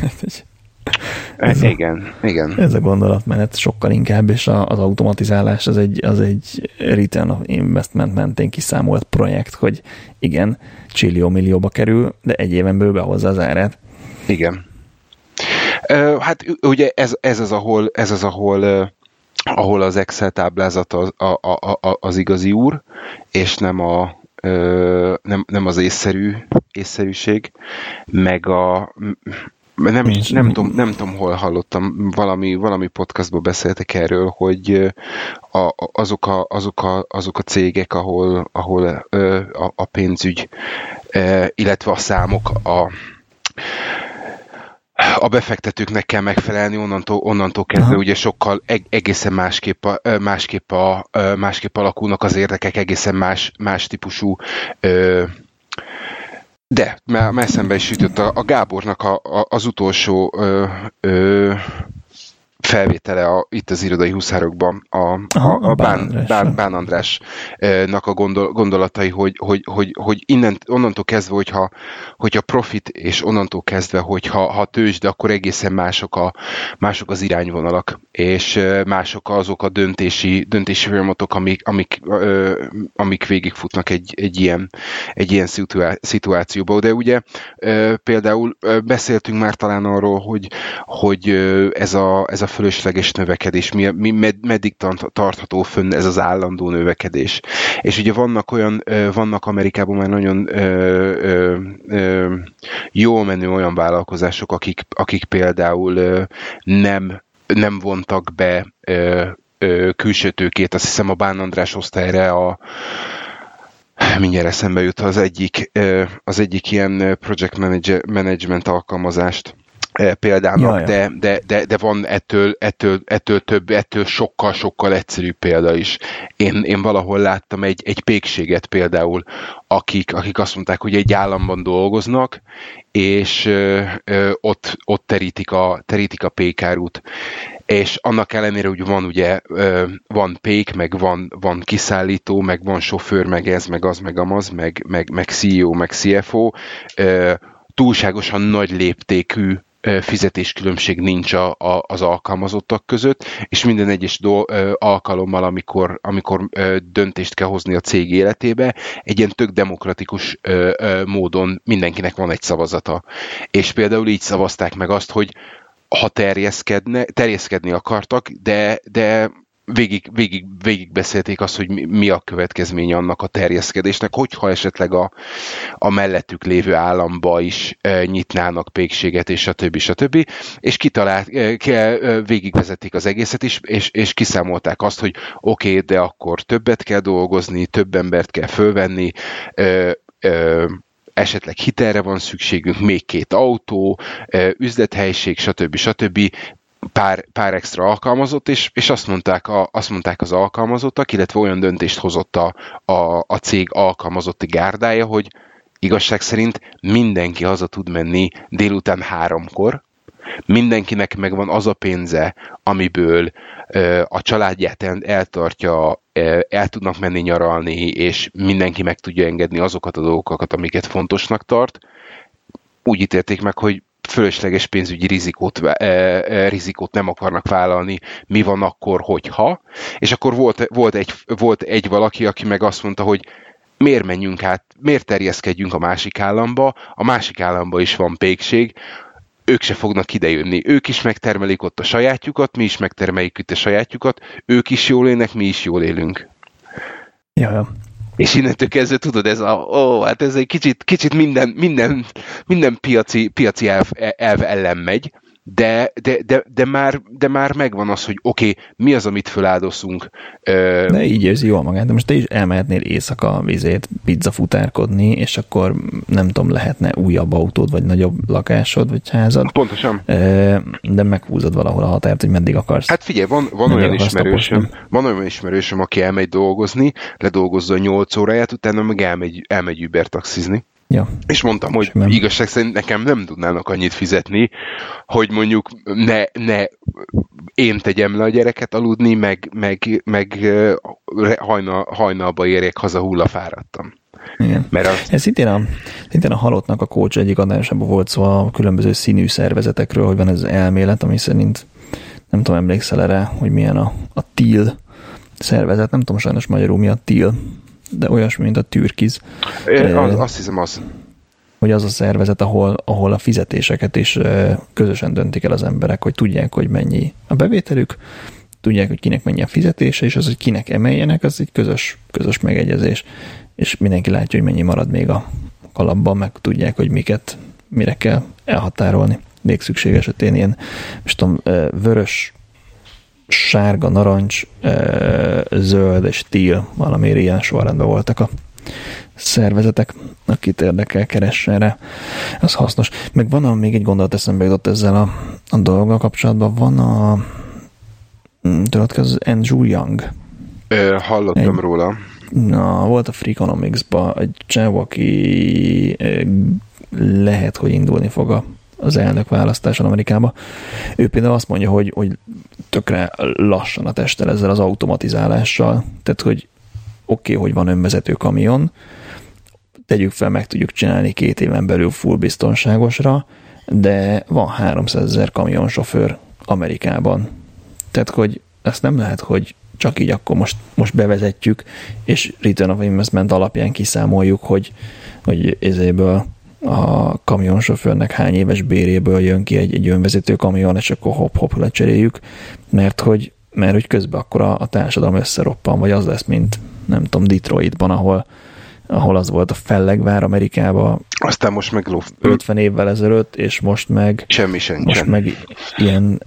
Speaker 1: Igen.
Speaker 2: Ez a gondolatmenet sokkal inkább, és az automatizálás az egy return of investment mentén kiszámolt projekt, hogy igen, csillió-millióba kerül, de egy éven belül behozza az árát.
Speaker 1: Igen. Hát ugye ez az, ahol az Excel táblázat az igazi úr, és nem az észszerűség, meg nem tudom, hol hallottam, valami podcastban beszéltek erről, hogy azok a cégek, ahol a pénzügy, illetve a számok a befektetőknek kell megfelelni, onnantól kezdve ugye sokkal egészen másképp alakulnak az érdekek, egészen más típusú de már eszembe is jutott a Gábornak az utolsó felvétele itt az Irodai Huszárokban a Bán Andrásnak a gondolatai, hogy onnantól kezdve, hogyha profit, és onnantól kezdve, hogyha tőzsde, akkor egészen mások az irányvonalak, és mások azok a döntési folyamatok, amik végigfutnak egy ilyen szituációba. De ugye például beszéltünk már talán arról, hogy ez a fölösleges növekedés, meddig tartható fönn ez az állandó növekedés. És ugye vannak Amerikában már nagyon jól menő olyan vállalkozások, akik például nem vontak be külső tőkét. Azt hiszem a Bán András hozta erre mindjárt eszembe jut az egyik ilyen project management alkalmazást példának, de van ettől több, ettől sokkal egyszerűbb példa is. Én valahol láttam egy pékséget például, akik azt mondták, hogy egy államban dolgoznak, és ott terítik a pékárút. És annak ellenére, hogy van pék, meg van kiszállító, meg van sofőr, meg ez, meg az, meg amaz, meg CEO, meg CFO, túlságosan nagy léptékű fizetéskülönbség nincs az alkalmazottak között, és minden egyes alkalommal, amikor döntést kell hozni a cég életébe, egy ilyen tök demokratikus módon mindenkinek van egy szavazata. És például így szavazták meg azt, hogy ha terjeszkedni akartak, de végig beszélték azt, hogy mi a következménye annak a terjeszkedésnek, hogyha esetleg a mellettük lévő államba is nyitnának pékséget, és stb. És végigvezették az egészet is, és kiszámolták azt, hogy oké, de akkor többet kell dolgozni, több embert kell fölvenni, esetleg hitelre van szükségünk, még 2 autó, üzlethelyiség, stb. Pár extra alkalmazott, és azt mondták az alkalmazottak, illetve olyan döntést hozott a cég alkalmazotti gárdája, hogy igazság szerint mindenki haza tud menni délután 3-kor, mindenkinek megvan az a pénze, amiből a családját eltartja, el tudnak menni nyaralni, és mindenki meg tudja engedni azokat a dolgokat, amiket fontosnak tart. Úgy ítélték meg, hogy fölösleges pénzügyi rizikót nem akarnak vállalni, mi van akkor, hogyha. És akkor volt egy valaki, aki meg azt mondta, hogy miért menjünk át, miért terjeszkedjünk a másik államba, a másik államba is van pékség, ők se fognak idejönni. Ők is megtermelik ott a sajátjukat, mi is megtermeljük itt a sajátjukat, ők is jól élnek, mi is jól élünk.
Speaker 2: Ja. És
Speaker 1: innentől kezdve tudod, hát ez egy kicsit minden piaci elv ellen megy, de már megvan az, hogy oké, mi az, amit föláldozunk.
Speaker 2: De így érzi jól magát, de most te is elmehetnél éjszaka pizzafutárkodni, és akkor nem tudom, lehetne újabb autód, vagy nagyobb lakásod, vagy házad.
Speaker 1: Pontosan.
Speaker 2: De meghúzod valahol a határt, hogy meddig akarsz.
Speaker 1: Hát figyelj, van olyan ismerősöm, aki elmegy dolgozni, ledolgozza 8 óráját, utána meg elmegy Uber taxizni.
Speaker 2: Ja. És
Speaker 1: mondtam, hogy igazság szerint nekem nem tudnának annyit fizetni, hogy mondjuk ne én tegyem le a gyereket aludni, meg hajnalba érjek haza hullafáradtam.
Speaker 2: Igen. Ez szintén a Halottnak a coach egyik adásában volt szó a különböző színű szervezetekről, hogy van ez az elmélet, ami szerint nem tudom, emlékszel erre, hogy milyen a teal szervezet, nem tudom sajnos magyarul mi a teal, de olyasmi, mint a türkiz.
Speaker 1: Azt hiszem az.
Speaker 2: Hogy az a szervezet, ahol a fizetéseket is közösen döntik el az emberek, hogy tudják, hogy mennyi a bevételük, tudják, hogy kinek mennyi a fizetése, és az, hogy kinek emeljenek, az egy közös megegyezés. És mindenki látja, hogy mennyi marad még a kalapban, meg tudják, hogy mire kell elhatárolni. Még szükség esetén ilyen, most tudom, vörös, sárga, narancs, zöld és teal, valamiért ilyen sorrendben voltak a szervezetek, akit érdekel, keressen rá. Az hasznos. Meg van még egy gondolat eszembe jutott ezzel a dologgal kapcsolatban. Van tudod, az Andrew Young.
Speaker 1: Hallottam róla.
Speaker 2: Volt a Freakonomics-ban egy csáv, aki lehet, hogy indulni fog az elnök választáson Amerikába. Ő például azt mondja, hogy tökre lassan a testtel ezzel az automatizálással. Tehát, hogy oké, hogy van önvezető kamion, tegyük fel, meg tudjuk csinálni 2 éven belül full biztonságosra, de van 300 000 kamionsofőr Amerikában. Tehát, hogy ezt nem lehet, hogy csak így akkor most bevezetjük, és Return of Investment alapján kiszámoljuk, hogy ezéből a kamionsofőrnek hány éves béréből jön ki egy önvezető kamion, és akkor hopp lecseréljük, mert hogy közben akkor a társadalom összeroppan, vagy az lesz, mint nem tudom, Detroitban, ahol az volt a fellegvár Amerikában.
Speaker 1: Aztán most meg
Speaker 2: 50 évvel ezelőtt, és most meg meg ilyen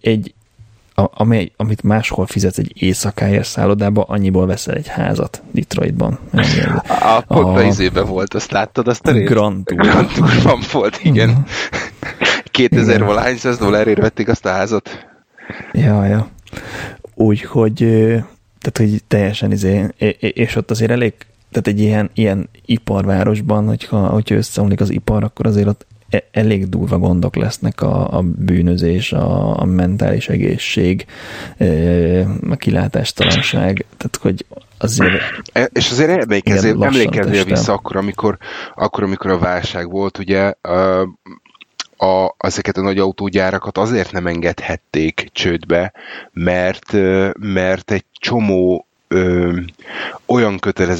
Speaker 2: amit máshol fizetsz egy éjszakáért szállodába, annyiból veszel egy házat Detroitban.
Speaker 1: Pont a izében volt, azt láttad? Azt a
Speaker 2: Grand
Speaker 1: Tourban volt, igen. 2000 valahány $100 vették azt a házat.
Speaker 2: Ja. Úgyhogy tehát, hogy teljesen és ott azért elég, tehát egy ilyen iparvárosban, hogyha összeomlik az ipar, akkor azért ott elég durva gondok lesznek a bűnözés, a mentális egészség, a kilátástalanság, tehát hogy azért...
Speaker 1: És azért emlékezzél vissza akkor, amikor a válság volt, ugye ezeket a nagy autógyárakat azért nem engedhették csődbe, mert egy csomó olyan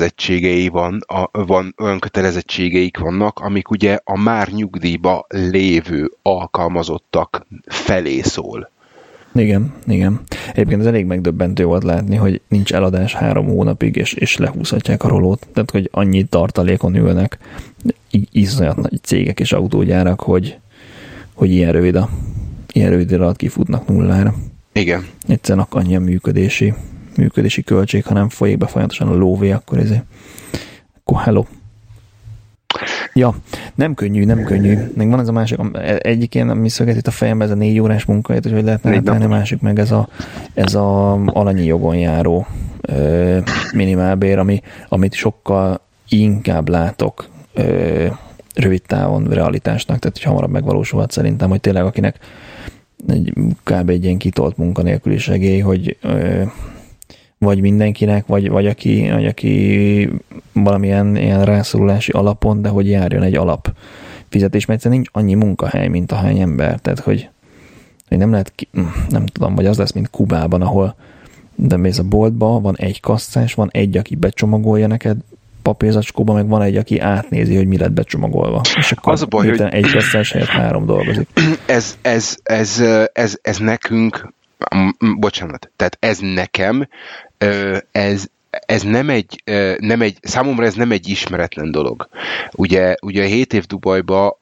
Speaker 1: kötelezettségeik vannak, amik ugye a már nyugdíjba lévő alkalmazottak felé szól.
Speaker 2: Igen. Egyébként ez elég megdöbbentő volt látni, hogy nincs eladás 3 hónapig, és lehúzhatják a rolót. Tehát, hogy annyi tartalékon ülnek iszonyat nagy cégek és autógyárak, hogy ilyen rövid idő alatt kifutnak nullára.
Speaker 1: Igen.
Speaker 2: Egyszerűen annyi a működési költség, ha nem folyik be folyamatosan a lóvé, akkor hello. Ja, nem könnyű. Meg van ez a másik, egyik ilyen, ami szöget itt a fejemben, ez a 4 órás munkahelyet, hogy lehetne átállni, a másik meg ez a alanyi jogon járó minimálbér, amit sokkal inkább látok rövid távon realitásnak, tehát hogy hamarabb megvalósulhat szerintem, hogy tényleg akinek kb. Egy ilyen kitolt munkanélküli segély, hogy vagy mindenkinek, vagy aki valamilyen ilyen rászorulási alapon, de hogy járjon egy alap fizetés, mert egyszerűen nincs annyi munkahely, mint ahány ember, tehát hogy nem lehet, nem tudom, vagy az lesz, mint Kubában, ahol de mész a boltba, van egy kasszás, van egy, aki becsomagolja neked papírzacskóba, meg van egy, aki átnézi, hogy mi lett becsomagolva. És akkor
Speaker 1: az a baj, hogy
Speaker 2: egy kasszás helyett 3 dolgozik.
Speaker 1: Ez nekünk, bocsánat, tehát ez nekem, ez nem egy, számomra ez nem egy ismeretlen dolog. Ugye 7 év Dubajba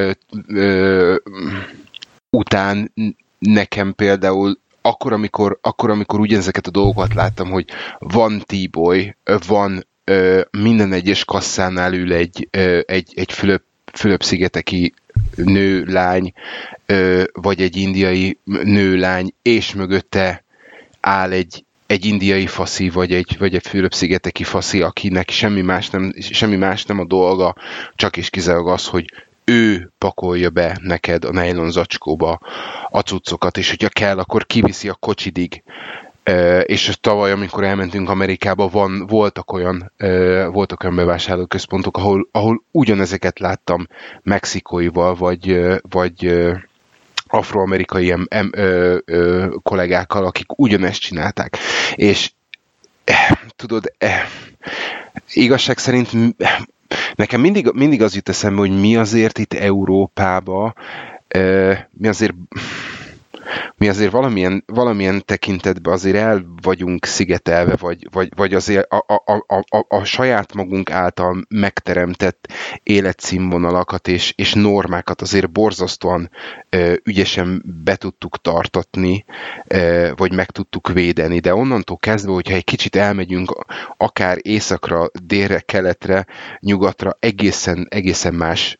Speaker 1: után nekem például akkor, amikor ugyanezeket a dolgokat láttam, hogy van T-boy, van minden egyes kasszánál ül egy Fülöp-szigeteki nő-lány, vagy egy indiai nő-lány, és mögötte áll egy indiai faszi, vagy egy Fülöp-szigeteki faszi, akinek semmi más nem a dolga, csak és kizárólag az, hogy ő pakolja be neked a nylon zacskóba a cuccokat, és hogyha kell, akkor kiviszi a kocsidig. És tavaly, amikor elmentünk Amerikába, voltak olyan bevásárlóközpontok, ahol ugyanezeket láttam mexikóival, vagy afroamerikai kollégákkal, akik ugyanezt csinálták. És tudod, igazság szerint nekem mindig az jut eszembe, hogy mi azért itt Európába, mi azért valamilyen tekintetben azért el vagyunk szigetelve, vagy azért a saját magunk által megteremtett életszínvonalakat és normákat azért borzasztóan ügyesen be tudtuk tartatni, vagy meg tudtuk védeni, de onnantól kezdve, hogyha egy kicsit elmegyünk akár északra, délre, keletre, nyugatra, egészen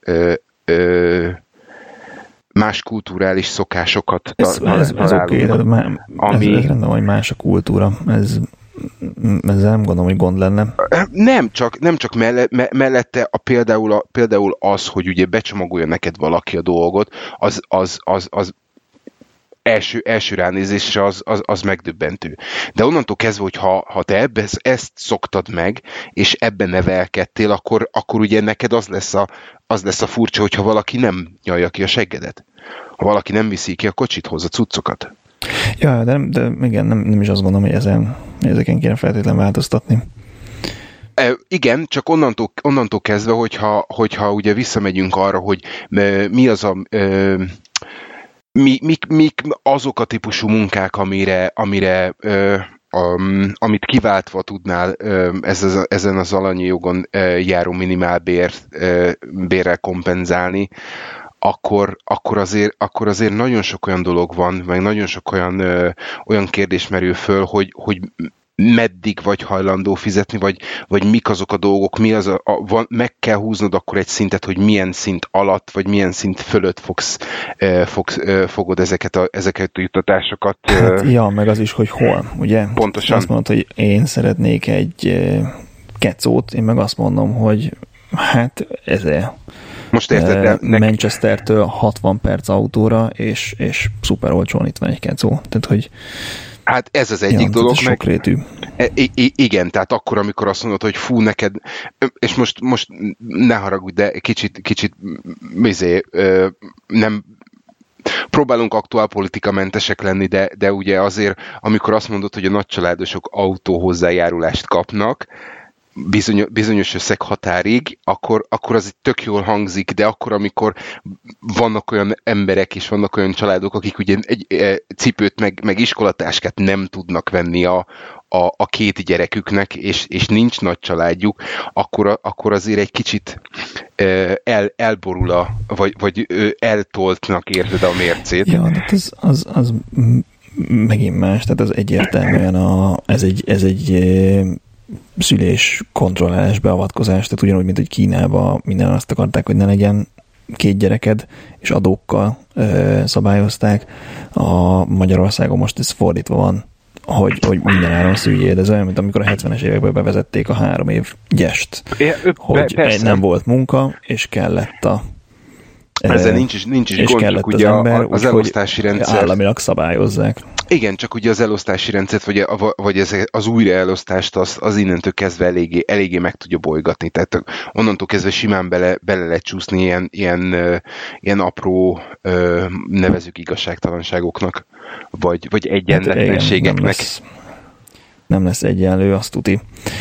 Speaker 1: más kulturális szokásokat
Speaker 2: ez oké, ami... ez rendben, hogy más a kultúra. Ezzel nem gondolom, hogy gond lenne.
Speaker 1: Nem csak mellette például az, hogy ugye becsomagolja neked valaki a dolgot, az első ránézésre az megdöbbentő. De onnantól kezdve, hogy ha te ezt szoktad meg, és ebben nevelkedtél, akkor ugye neked az lesz a furcsa, hogyha valaki nem nyalja ki a seggedet. Ha valaki nem viszi ki a kocsithoz a cuccokat.
Speaker 2: Ja, de igen, nem is azt gondolom, hogy ezeken kéne feltétlenül változtatni.
Speaker 1: Igen, csak onnantól kezdve, hogyha ugye visszamegyünk arra, hogy mi az mik azok a típusú munkák, amit kiváltva tudnál ezen az alanyi jogon járó minimálbérrel kompenzálni, akkor azért nagyon sok olyan dolog van, meg nagyon sok olyan kérdés merül föl, hogy meddig vagy hajlandó fizetni, vagy mik azok a dolgok, meg kell húznod akkor egy szintet, hogy milyen szint alatt, vagy milyen szint fölött fogod ezeket a juttatásokat.
Speaker 2: Hát, ja, meg az is, hogy hol, ugye?
Speaker 1: Pontosan.
Speaker 2: Azt mondod, hogy én szeretnék egy kecót, én meg azt mondom, hogy hát
Speaker 1: most érted,
Speaker 2: Manchestertől 60 perc autóra, és szuper olcsón itt van egy kecó. Tehát, hogy
Speaker 1: hát ez az egyik dolog, meg
Speaker 2: sokrétű.
Speaker 1: Igen, tehát akkor, amikor azt mondod, hogy fú, neked, és most ne haragudj, de kicsit nem próbálunk aktuálpolitikamentesek lenni, de ugye azért, amikor azt mondod, hogy a nagycsaládosok autó hozzájárulást kapnak, bizonyos összeghatárig, akkor az tök jól hangzik, de akkor, amikor vannak olyan emberek és vannak olyan családok, akik ugye egy cipőt meg iskolatáskát nem tudnak venni a két gyereküknek, és nincs nagy családjuk, akkor azért egy kicsit elborul vagy eltoltnak, érted, a mércét.
Speaker 2: Ja, de az megint más, tehát az egyértelműen ez egy szülés kontrollálás, beavatkozás, tehát ugyanúgy, mint hogy Kínában minden azt akarták, hogy ne legyen 2 gyereked, és adókkal szabályozták. A Magyarországon most ez fordítva van, hogy minden áron szüljél, ez olyan, mint amikor a 70-es években bevezették a 3 év gyest, hogy nem volt munka, és kellett
Speaker 1: ezzel nincs is gond, csak ugye az elosztási rendszer
Speaker 2: államilag szabályozzák.
Speaker 1: Igen, csak ugye az elosztási rendszert, vagy az újraelosztást az innentől kezdve eléggé meg tudja bolygatni. Tehát onnantól kezdve simán bele lehet csúszni ilyen apró nevezük igazságtalanságoknak, vagy egyenletlenségeknek.
Speaker 2: Nem lesz egyenlő, azt tuti.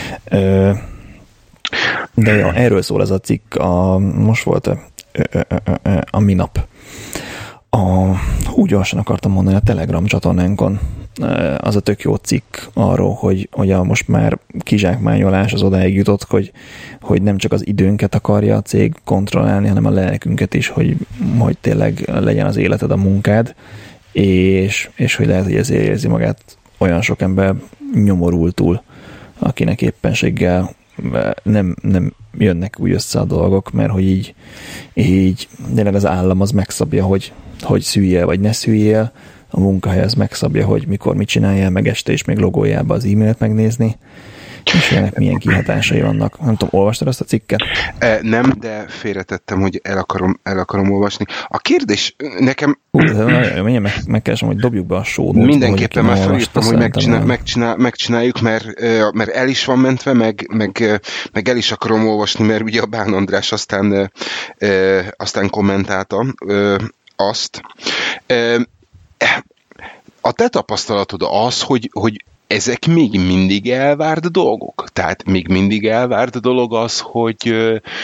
Speaker 2: De ja, erről szól ez a cikk. Most volt a minap. Úgy gyorsan akartam mondani, a Telegram csatornánkon az a tök jó cikk arról, hogy a most már kizsákmányolás az odáig jutott, hogy nem csak az időnket akarja a cég kontrollálni, hanem a lelkünket is, hogy tényleg legyen az életed a munkád, és hogy lehet, hogy ezért érzi magát olyan sok ember nyomorultul, akinek éppenséggel nem jönnek úgy össze a dolgok, mert hogy így tényleg az állam az megszabja, hogy szüljél vagy ne szüljél, a munkahely az megszabja, hogy mikor mit csináljál, meg este is még logoljába az e-mailt megnézni, és ennek milyen kihatásai vannak. Nem tudom, olvastad azt a cikket?
Speaker 1: Nem, de félretettem, hogy el akarom olvasni. A kérdés nekem...
Speaker 2: Nagyon megkeresem, hogy dobjuk be a show-not.
Speaker 1: Mindenképpen már felírtam, hogy megcsináljuk, mert el is van mentve, meg el is akarom olvasni, mert ugye a Bán András aztán kommentálta azt. A te tapasztalatod az, hogy ezek még mindig elvárt dolgok? Tehát még mindig elvárt dolog az, hogy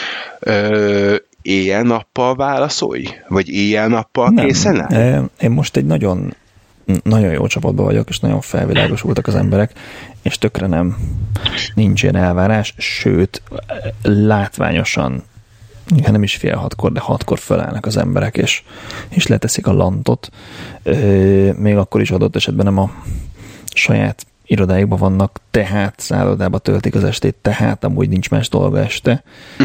Speaker 1: éjjel-nappal válaszolj? Vagy éjjel-nappal készen áll?
Speaker 2: Én most egy nagyon, nagyon jó csapatban vagyok, és nagyon felvilágosultak az emberek, és tökre nincs ilyen elvárás, sőt, látványosan, nem is fél 6-kor, de 6-kor fölállnak az emberek, és leteszik a lantot. Még akkor is adott esetben nem a saját irodáikban vannak, tehát szállodába töltik az estét, tehát amúgy nincs más dolga este.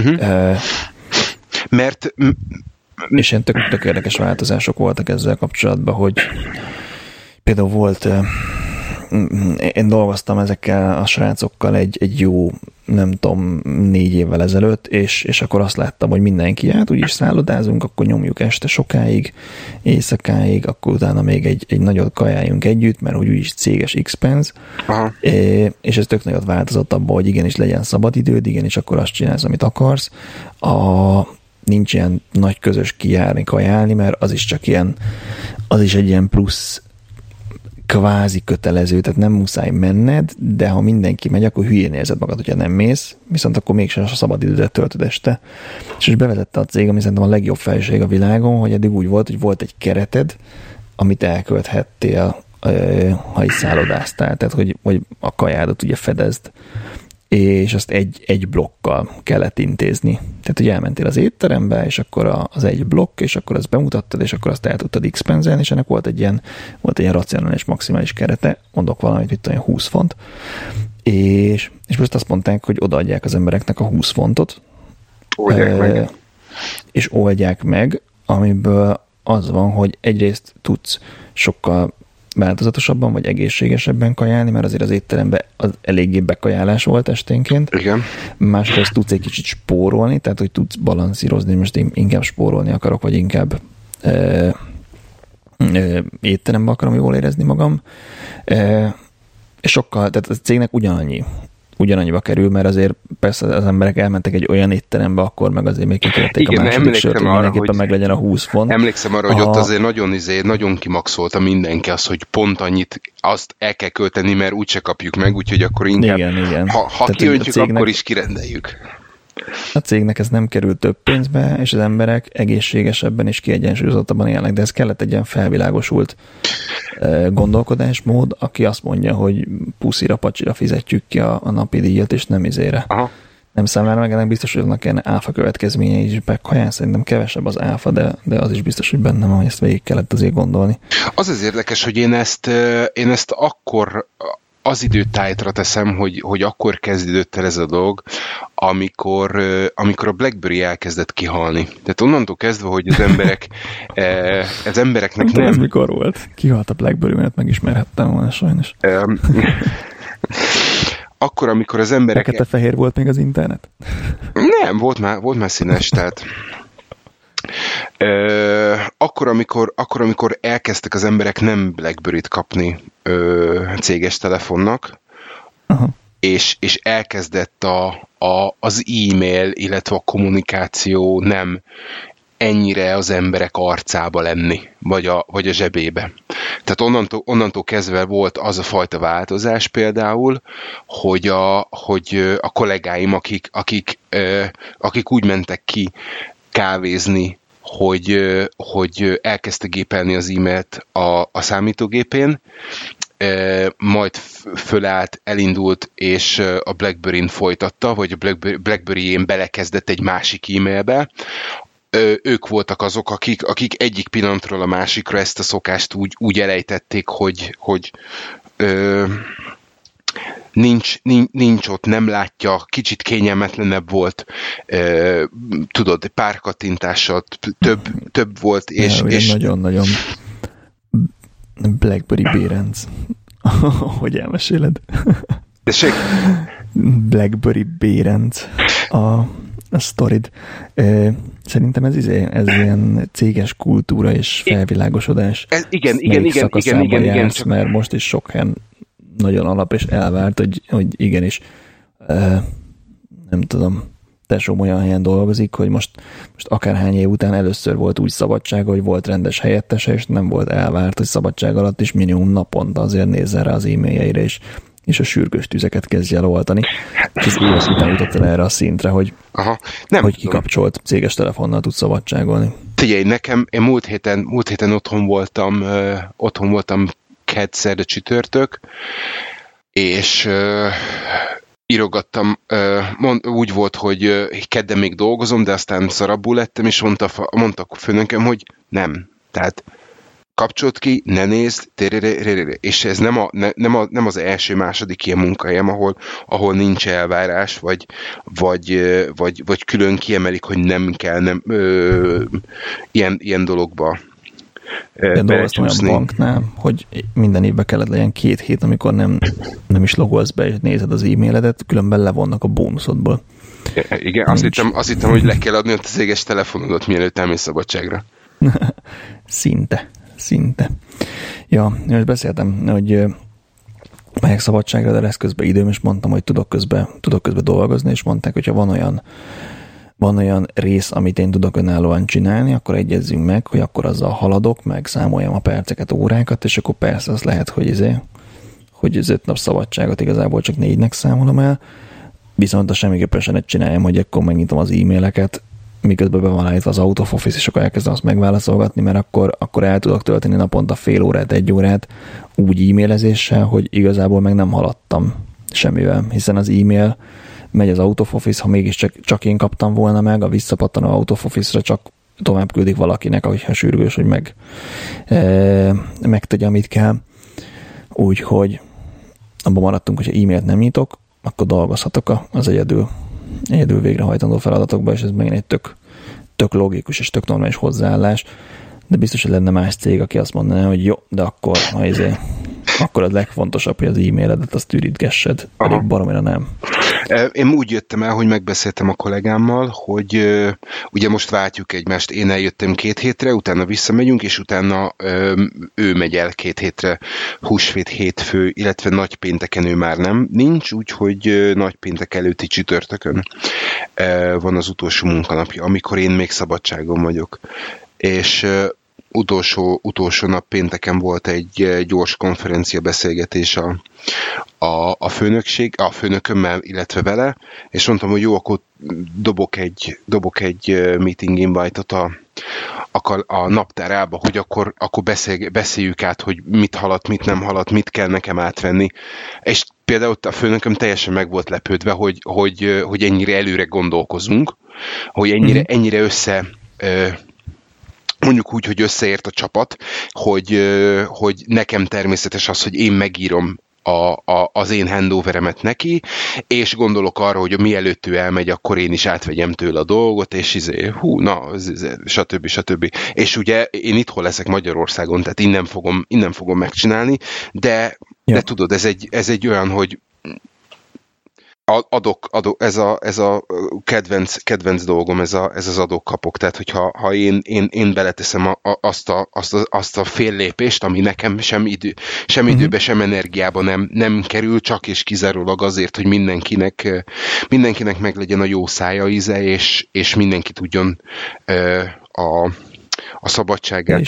Speaker 1: Mert...
Speaker 2: És ilyen tök érdekes változások voltak ezzel kapcsolatban, hogy például volt, én dolgoztam ezekkel a srácokkal egy jó, nem tudom, 4 évvel ezelőtt, és akkor azt láttam, hogy mindenki úgyis szállodázunk, akkor nyomjuk este sokáig, éjszakáig, akkor utána még egy nagyot kajáljunk együtt, mert úgyis céges expense, és ez tök nagyot változott abban, hogy igenis legyen szabadidőd, igenis akkor azt csinálsz, amit akarsz. Nincs ilyen nagy közös kijárni, kajálni, mert az is csak ilyen, az is egy ilyen plusz kvázi kötelező, tehát nem muszáj menned, de ha mindenki megy, akkor hülyén érzed magad, hogyha nem mész, viszont akkor mégsem a szabadidődet töltöd este. És bevezette a cég, ami szerintem a legjobb felség a világon, hogy eddig úgy volt, hogy volt egy kereted, amit elkölthettél, ha is szállodáztál, tehát hogy a kajádat ugye fedezd, és azt egy blokkal kellett intézni. Tehát, hogy elmentél az étterembe, és akkor az egy blokk, és akkor azt bemutattad, és akkor azt el tudtad expenzelni, és ennek volt egy ilyen racionális maximális kerete, mondok valamit, itt olyan 20 font, és most azt mondták, hogy odaadják az embereknek a 20 fontot, és oldják meg, amiből az van, hogy egyrészt tudsz sokkal változatosabban, vagy egészségesebben kajálni, mert azért az étteremben az eléggé bekajálás volt esténként.
Speaker 1: Igen.
Speaker 2: Másrészt tudsz egy kicsit spórolni, tehát hogy tudsz balanszírozni, most én inkább spórolni akarok, vagy inkább étteremben akarom jól érezni magam. És sokkal, tehát a cégnek ugyanannyi ugyanannyiba kerül, mert azért persze az emberek elmentek egy olyan étterembe, akkor meg azért még kikérték a második sört, hogy mindenképpen meg legyen a 20 font.
Speaker 1: Emlékszem arra, hogy ott azért nagyon kimaxolta mindenki azt, hogy pont annyit azt el kell költeni, mert úgyse kapjuk meg, úgyhogy akkor inkább,
Speaker 2: igen.
Speaker 1: Ha kiöntjük, akkor is kirendeljük.
Speaker 2: A cégnek ez nem került több pénzbe, és az emberek egészségesebben és kiegyensúlyozottabban élnek, de ez kellett egy ilyen felvilágosult gondolkodásmód, aki azt mondja, hogy puszira, pacsira fizetjük ki a napi díjat, és nem izére.
Speaker 1: Aha.
Speaker 2: Nem számára meg, ennek biztos, hogy annak ilyen áfa következményei is bekaján, szerintem kevesebb az áfa, de az is biztos, hogy bennem van, hogy ezt végig kellett azért gondolni.
Speaker 1: Az érdekes, hogy én ezt akkor az időtájtra teszem, hogy akkor kezdődött el ez a dolog, amikor a BlackBerry elkezdett kihalni. Tehát onnantól kezdve, hogy az embereknek nem...
Speaker 2: Ez mikor volt? Kihalt a BlackBerry, mert megismerhettem volna sajnos.
Speaker 1: Akkor, amikor az emberek...
Speaker 2: Fekete-fehér volt még az internet?
Speaker 1: Nem, volt már színes, tehát... Akkor, amikor elkezdtek az emberek nem BlackBerry-t kapni céges telefonnak, aha, és elkezdett az e-mail, illetve a kommunikáció nem ennyire az emberek arcába lenni, vagy a zsebébe. Tehát onnantól kezdve volt az a fajta változás például, hogy a kollégáim, akik úgy mentek ki kávézni, hogy elkezdte gépelni az e-mailt a számítógépén, majd fölállt, elindult, és a BlackBerry-n folytatta, vagy a BlackBerry-én belekezdett egy másik e-mailbe. Ők voltak azok, akik egyik pillanatról a másikra ezt a szokást úgy elejtették, hogy nincs ott, nem látja, kicsit kényelmetlenebb volt, tudod, pár kattintással több volt, és
Speaker 2: nagyon-nagyon BlackBerry Bérenc. Hogy elmeséled?
Speaker 1: Tessék?
Speaker 2: BlackBerry Bérenc a sztorid. Szerintem ez ilyen céges kultúra és felvilágosodás.
Speaker 1: Igen.
Speaker 2: Mert most is sok helyen nagyon alap és elvárt, hogy igenis nem tudom, tesóm olyan helyen dolgozik, hogy most akárhány év után először volt úgy szabadsága, hogy volt rendes helyettese, és nem volt elvárt, hogy szabadság alatt is minimum naponta azért nézzen rá az e-mailjeire, és a sürgős tüzeket kezdje el oltani. És az évek után jutott el erre a szintre, hogy kikapcsolt céges telefonnal tud szabadságolni.
Speaker 1: Figyelj, én múlt héten otthon voltam kedszerde csütörtök, és írogattam, úgy volt, hogy kedden még dolgozom, de aztán szarabbul lettem, és mondta a főnököm, hogy nem. Tehát kapcsolt ki, ne nézd, és ez nem az első-második ilyen munkahelyem, ahol nincs elvárás, vagy külön kiemelik, hogy nem kell ilyen dologba.
Speaker 2: Én dolgoztam olyan banknál, hogy minden évben kellett legyen 2 hét, amikor nem is logolsz be, és nézed az e-mailedet, különben levonnak a bónuszodból.
Speaker 1: Igen, azt hittem, hogy le kell adni a céges telefonodat, mielőtt elmész szabadságra.
Speaker 2: Szinte. Ja, most beszéltem, hogy megyek szabadságra, de lesz közben időm, és mondtam, hogy tudok közben dolgozni, és mondták, hogyha van olyan rész, amit én tudok önállóan csinálni, akkor egyezzünk meg, hogy akkor azzal haladok, meg számoljam a perceket, órákat, és akkor persze az lehet, hogy az 5 nap szabadságot igazából csak 4-nek számolom el, viszont a semmiképpen sem csináljam, hogy akkor megnyitom az e-maileket, miközben be van állítva az out of office, és akkor elkezdem azt megválaszolgatni, mert akkor el tudok tölteni naponta fél órát, 1 órát úgy e-mailezéssel, hogy igazából meg nem haladtam semmivel, hiszen az e-mail megy az out of office, ha mégis csak én kaptam volna meg, a visszapattanó out of office-ra csak tovább küldik valakinek, ahogyha sürgős, hogy megtegye, amit kell. Úgyhogy abban maradtunk, hogyha e-mailt nem nyitok, akkor dolgozhatok az egyedül végrehajtandó feladatokba, és ez megint egy tök logikus és tök normális hozzáállás, de biztos, hogy lenne más cég, aki azt mondaná, hogy jó, de akkor akkor az legfontosabb, hogy az e-mailedet azt ürítgessed, pedig baromira nem.
Speaker 1: Én úgy jöttem el, hogy megbeszéltem a kollégámmal, hogy ugye most váltjuk egymást, én eljöttem 2 hétre, utána visszamegyünk, és utána ő megy el 2 hétre, húsvét, hétfő, illetve nagypénteken ő már nem nincs, úgyhogy nagypéntek előtti csütörtökön van az utolsó munkanapja, amikor én még szabadságon vagyok. És utolsó nap pénteken volt egy gyors konferencia beszélgetés a főnökömmel, illetve vele, és mondtam, hogy jó, akkor dobok egy meeting invite-ot a naptárába, hogy akkor beszéljük át, hogy mit haladt, mit nem haladt, mit kell nekem átvenni. És például a főnököm teljesen meg volt lepődve, hogy ennyire előre gondolkozunk, hogy ennyire össze mondjuk úgy, hogy összeért a csapat, hogy nekem természetes az, hogy én megírom az én handoveremet neki, és gondolok arra, hogy mielőtt ő elmegy, akkor én is átvegyem tőle a dolgot, és stb. És ugye én itthon leszek Magyarországon, tehát innen fogom megcsinálni, de tudod, ez egy olyan, hogy ez a kedvenc dolgom, ez az adok-kapok, tehát hogyha én beleteszem azt a fél lépést, ami nekem sem időbe, sem energiába nem kerül, csak és kizárólag azért, hogy mindenkinek meglegyen a jó szája íze, és mindenki tudjon a szabadságát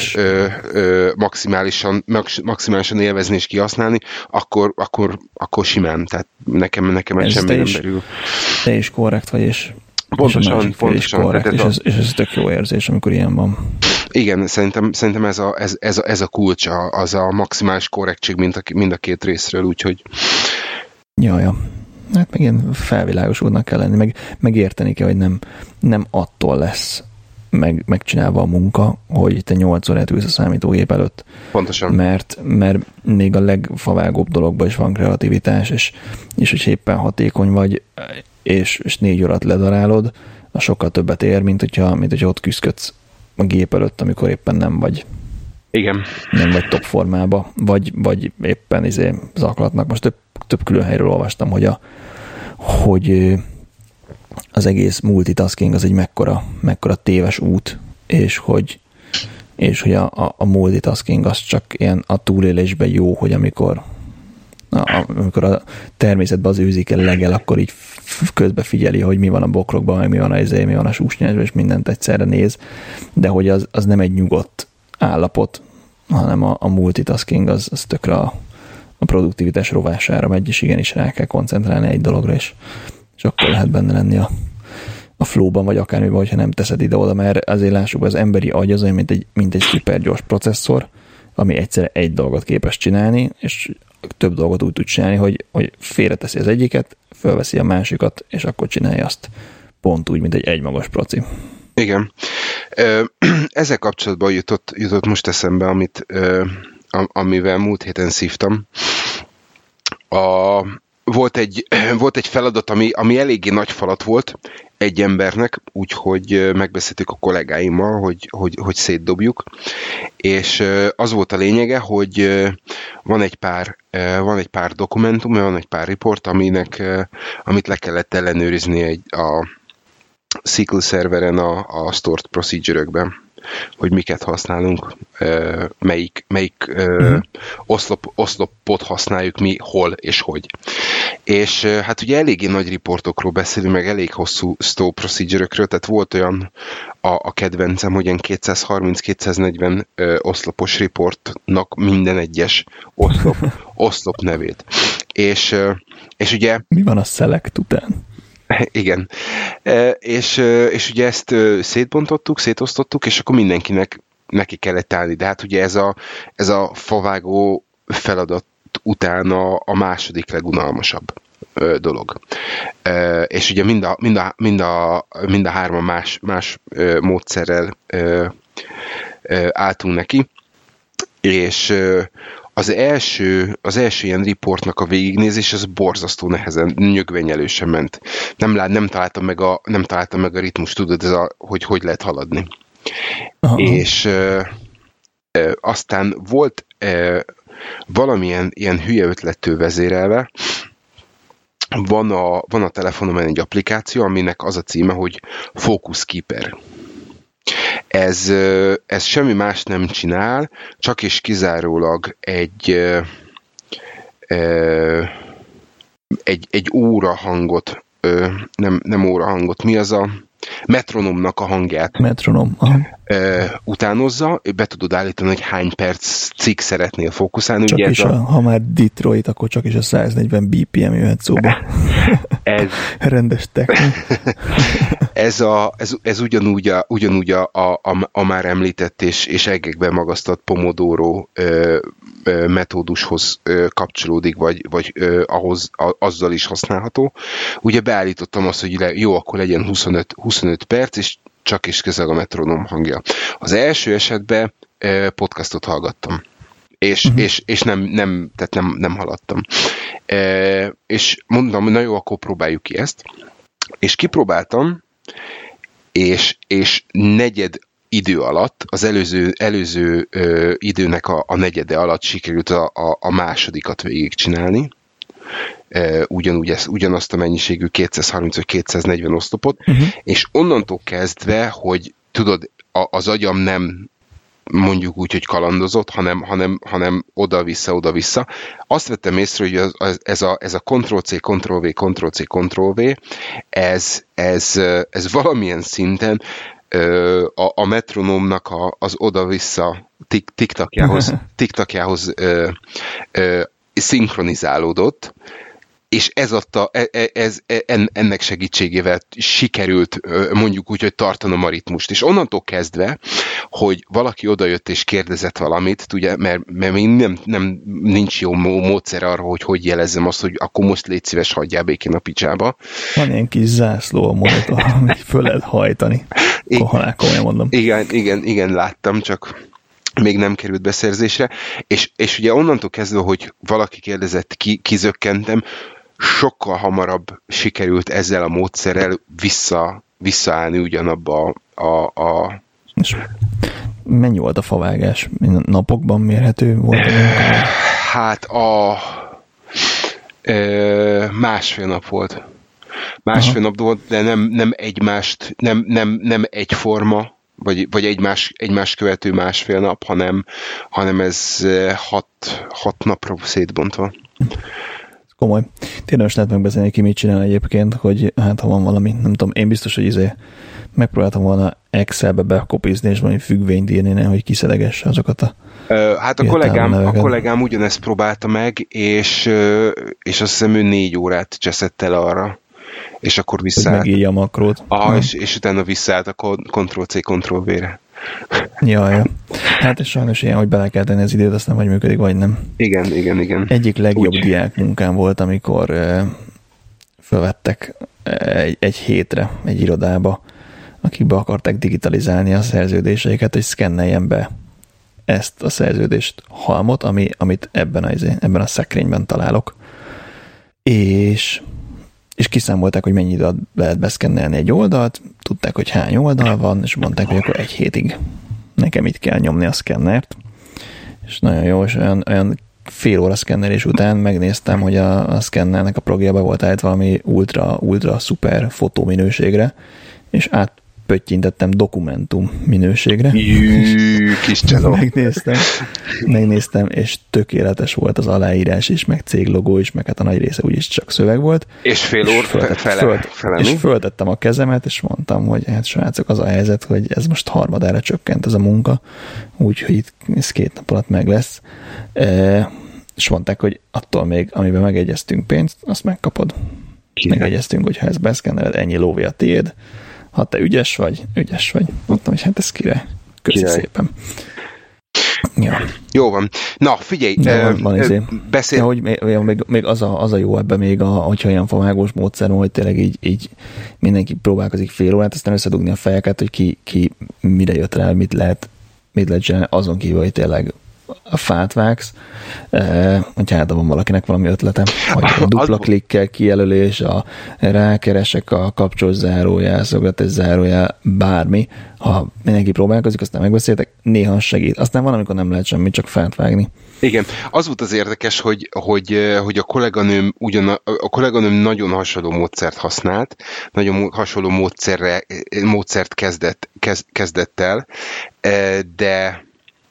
Speaker 1: maximálisan élvezni és kihasználni, akkor simán. Tehát nekem ez semmi nem berül.
Speaker 2: Te is korrekt vagy, és
Speaker 1: pontosan.
Speaker 2: Korrekt, és ez tök jó érzés, amikor ilyen van.
Speaker 1: Igen, szerintem ez a kulcs, az a maximális korrektség mind a két részről, úgyhogy...
Speaker 2: Ja. Hát meg ilyen felvilágosultnak kell lenni, meg érteni kell, hogy nem attól lesz megcsinálva a munka, hogy te 8 órát ülsz a számítógép előtt.
Speaker 1: Pontosan.
Speaker 2: Mert még a legfavágóbb dologban is van kreativitás, és hogy éppen hatékony vagy, és 4 órát ledarálod, az sokkal többet ér, mint hogyha ott küzdködsz a gép előtt, amikor éppen nem vagy.
Speaker 1: Igen.
Speaker 2: Nem vagy top formába, vagy éppen zaklatnak. Most több külön helyről olvastam, hogy az egész multitasking az egy mekkora téves út, és hogy a multitasking az csak ilyen a túlélésben jó, hogy amikor a természetben az őzik legel, akkor így közben figyeli, hogy mi van a bokrokban, mi van a súsnyásban, és mindent egyszerre néz, de hogy az nem egy nyugodt állapot, hanem a multitasking az tökre a produktivitás rovására megy, és igenis rá kell koncentrálni egy dologra, és akkor lehet benne lenni a flow-ban, vagy akármiben, hogyha nem teszed ide-oda, mert azért lássuk, az emberi agy az olyan, mint egy szupergyors processzor, ami egyszerre egy dolgot képes csinálni, és több dolgot úgy tud csinálni, hogy félreteszi az egyiket, fölveszi a másikat, és akkor csinálja azt pont úgy, mint egy egymagos proci. Igen.
Speaker 1: Ezzel kapcsolatban jutott most eszembe, amivel múlt héten szívtam. Volt egy feladat, ami eléggé nagy falat volt egy embernek, úgyhogy megbeszéltük a kollégáimmal, hogy szétdobjuk, és az volt a lényege, hogy van egy pár dokumentum, van egy pár riport, amit le kellett ellenőrizni a SQL szerveren a stored procedure-ökben, hogy miket használunk, melyik oszlopot használjuk mi, hol és hogy. És hát ugye eléggé nagy riportokról beszélünk, meg elég hosszú stored procedure-ökről, tehát volt olyan a kedvencem, hogy ilyen 230-240 oszlopos riportnak minden egyes oszlop nevét. És ugye...
Speaker 2: Mi van a select után?
Speaker 1: Igen. És ugye ezt szétosztottuk, és akkor mindenkinek neki kellett állni. De hát ugye ez a favágó feladat után a második legunalmasabb dolog. És ugye mind a hárman más módszerrel álltunk neki, és az első ilyen riportnak a végignézés, az borzasztó nehezen, nyögvenyelősen ment. Nem találtam meg a ritmus, tudod, hogy lehet haladni. Aha. És aztán volt valamilyen ilyen hülye ötlettől vezérelve, van a telefonomon egy applikáció, aminek az a címe, hogy Focus Keeper. Ez semmi más nem csinál, csak és kizárólag egy órahangot, nem órahangot, mi az a metronomnak a hangját utánozza, be tudod állítani, hogy hány percig szeretnél fókuszálni.
Speaker 2: Csak ugye is ha már Detroit, akkor csak is a 140 BPM jöhet szóba. Rendes technik.
Speaker 1: Ez ugyanúgy a már említett és egekben magasztott Pomodoro metódushoz kapcsolódik, vagy azzal is használható. Ugye beállítottam azt, hogy jó, akkor legyen 25 perc, és csak is közel a metronom hangja. Az első esetben podcastot hallgattam, és nem haladtam. És mondtam, na jó, akkor próbáljuk ki ezt. És kipróbáltam, és negyed idő alatt, az előző időnek a negyede alatt sikerült a másodikat végigcsinálni. Ugyanazt a mennyiségű 230 vagy 240 oszlopot, és onnantól kezdve, hogy tudod, az agyam nem mondjuk úgy, hogy kalandozott, hanem oda-vissza. Azt vettem észre, hogy ez a Ctrl-C, Ctrl-V, Ctrl-C, Ctrl-V, ez valamilyen szinten a metronomnak az oda-vissza tiktakjához szinkronizálódott, és ennek segítségével sikerült mondjuk úgy, hogy tartanom a ritmust. És onnantól kezdve, hogy valaki odajött és kérdezett valamit, ugye, mert még nincs jó módszer arra, hogy jelezzem azt, hogy akkor most légy szíves, hagyjál békén a picsába.
Speaker 2: Van ilyen kis zászló a monitor, amit föl lehet hajtani. Komolyan mondom.
Speaker 1: Igen, láttam, csak még nem került beszerzésre, és ugye onnantól kezdve, hogy valaki kérdezett, kizökkentem, sokkal hamarabb sikerült ezzel a módszerrel visszaállni ugyanabba a...
Speaker 2: És mennyi volt a favágás? Napokban mérhető volt?
Speaker 1: Hát másfél nap volt. Másfél nap volt, de nem egyforma, vagy egymás követő másfél nap, hanem ez 6 napra szétbontva.
Speaker 2: Komoly. Tényleg lehet megbeszélni, ki mit csinál egyébként, hogy hát ha van valami, nem tudom, én biztos, hogy megpróbáltam volna Excelbe bekopizni, és valami függvényt írni, hogy kiszedegesse azokat a
Speaker 1: hát a kollégám ugyanezt próbálta meg, és azt hiszem ő 4 órát cseszett el arra, és akkor visszaállt.
Speaker 2: Hogy megírja a makrót.
Speaker 1: És utána visszaállt a Ctrl-C, Ctrl-V-re.
Speaker 2: Ja. Hát és sajnos ilyen, hogy bele kell tenni az időt, aztán vagy működik, vagy nem.
Speaker 1: Igen.
Speaker 2: Egyik legjobb diák munkám volt, amikor felvettek egy hétre egy irodába, akikbe akarták digitalizálni a szerződéseiket, hogy szkenneljen be ezt a szerződést halmot, amit ebben a szekrényben találok. És kiszámolták, hogy mennyi időt lehet beszkennelni egy oldalt, tudták, hogy hány oldal van, és mondták, hogy akkor 1 hétig nekem itt kell nyomni a szkennert. És nagyon jó, és olyan fél óra szkennelés után megnéztem, hogy a szkennernek a programba volt állt valami ultra szuper fotóminőségre, és átpöttyintettem dokumentum minőségre.
Speaker 1: Kis csaló.
Speaker 2: Megnéztem, és tökéletes volt az aláírás is, meg céglogó is, meg hát a nagy része úgyis csak szöveg volt.
Speaker 1: És fél óra fele.
Speaker 2: És föltettem a kezemet, és mondtam, hogy hát srácok, az a helyzet, hogy ez most harmadára csökkent ez a munka, úgyhogy itt ez 2 nap alatt meg lesz. És mondták, hogy attól még, amiben megegyeztünk pénzt, azt megkapod. Megegyeztünk, hogy ha ezt beszkenneled, ennyi lóvé a tiéd. Ha te ügyes vagy. Mondtam, hogy hát ez király. Köszi szépen. Ja.
Speaker 1: Jó van. Na, figyelj, beszélj.
Speaker 2: Ja, hogy még az a jó ebben még, hogyha ilyen favágós módszer van, hogy tényleg így mindenki próbálkozik fél órát, aztán összedugni a fejeket, hogy ki mire jött rá, mit lehet csinálni, azon kívül, hogy tényleg fát vágsz, hogyha általában valakinek valami ötlete, vagy a dupla klikkel kijelölés, a rákeresek, a kapcsolós zárójel, szögletes zárójel, bármi, ha mindenki próbálkozik, aztán megbeszéltek, néha segít. Aztán van, amikor nem lehet semmit, csak fát vágni.
Speaker 1: Igen, az volt az érdekes, hogy a kolléganőm nagyon hasonló módszert használt, nagyon hasonló módszert kezdett el, de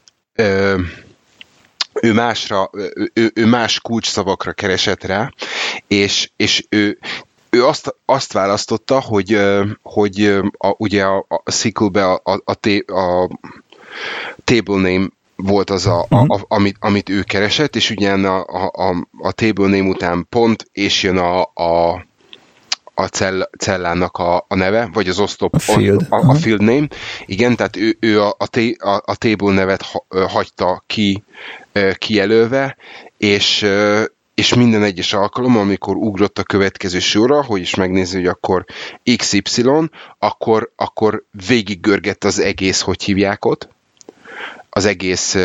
Speaker 1: ő más kulcsszavakra keresett rá, és ő azt választotta, hogy ugye a SQL-be a table name volt az, amit ő keresett, és ugyan a table name után pont, és jön a cellának a neve, vagy az oszlop, a field name. Igen, tehát ő a table nevet hagyta kijelölve, és minden egyes alkalom, amikor ugrott a következő sorra, hogy is megnézi, hogy akkor XY, akkor végiggörgette az egész, hogy hívják ott, az egész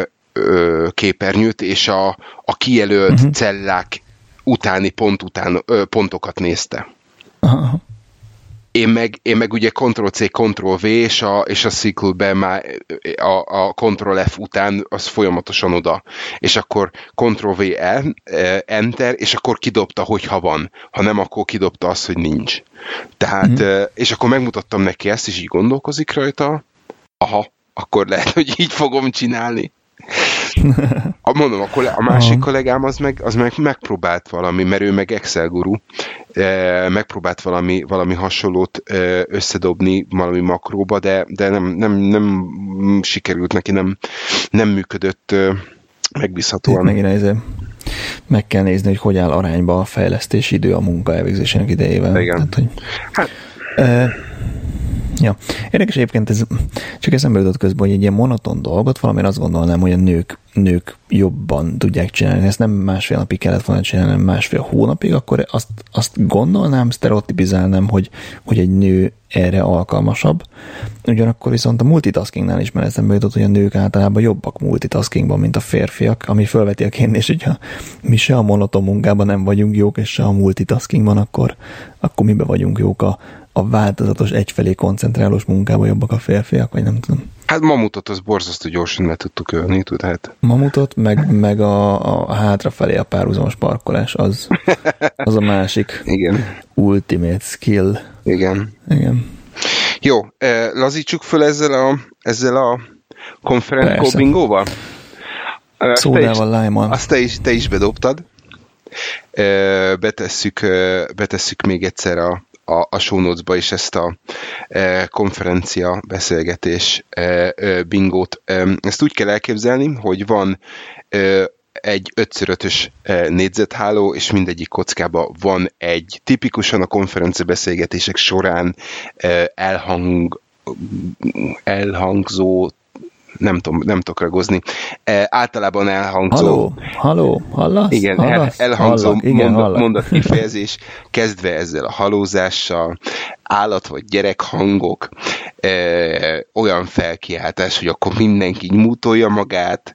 Speaker 1: képernyőt, és a kijelölt cellák utáni pontokat nézte.
Speaker 2: Aha.
Speaker 1: Én meg ugye Ctrl-C, Ctrl-V, és a SQL-ben már a Ctrl-F után az folyamatosan oda. És akkor Ctrl-V, Enter, és akkor kidobta, hogyha van. Ha nem, akkor kidobta azt, hogy nincs. Tehát, és akkor megmutattam neki ezt, és így gondolkozik rajta. Aha, akkor lehet, hogy így fogom csinálni. Mondom, a másik kollégám az meg megpróbált valami, mert ő meg Excel guru, megpróbált valami hasonlót összedobni valami makróba, de nem sikerült neki, nem működött megbízhatóan.
Speaker 2: Meg kell nézni, hogy áll arányba a fejlesztési idő a munka elvégzésének idejével.
Speaker 1: Igen.
Speaker 2: Tehát, ja. Érdekes egyébként, ez csak eszembe jutott közben, hogy egy ilyen monoton dolgot valamire azt gondolnám, hogy a nők jobban tudják csinálni. Ezt nem másfél napig kellett volna csinálni, hanem másfél hónapig, akkor azt gondolnám, sztereotipizálnám, hogy egy nő erre alkalmasabb. Ugyanakkor viszont a multitaskingnál is már eszembe jutott, hogy a nők általában jobbak multitaskingban, mint a férfiak, ami felveti a kérdést, hogyha mi se a monoton munkában nem vagyunk jók, és se a multitaskingban, akkor mibe vagyunk jók a változatos egyfelé koncentrálós munkában jobbak a férfiak, vagy nem tudom.
Speaker 1: Hát mamutot az borzasztó gyorsan le tudtuk ölni, tudod?
Speaker 2: Mamutot, meg a hátrafelé a párhuzamos parkolás, az a másik.
Speaker 1: Igen.
Speaker 2: Ultimate skill.
Speaker 1: Igen. Jó, lazítsuk föl ezzel a konferencia bingóval?
Speaker 2: Szódával, Lime-on.
Speaker 1: Azt te is bedobtad. Betesszük még egyszer a show notes-ba is ezt a konferencia beszélgetés bingót. Ezt úgy kell elképzelni, hogy van egy 5x5-ös négyzetháló, és mindegyik kockában van egy tipikusan a konferencia beszélgetések során elhangzó, nem tudok ragozni. Általában elhangzó...
Speaker 2: Halló, hallasz?
Speaker 1: Igen,
Speaker 2: hallasz?
Speaker 1: elhangzó mondatkifejezés, kezdve ezzel a halózással, állat vagy gyerek hangok, olyan felkiáltás, hogy akkor mindenki mútolja magát,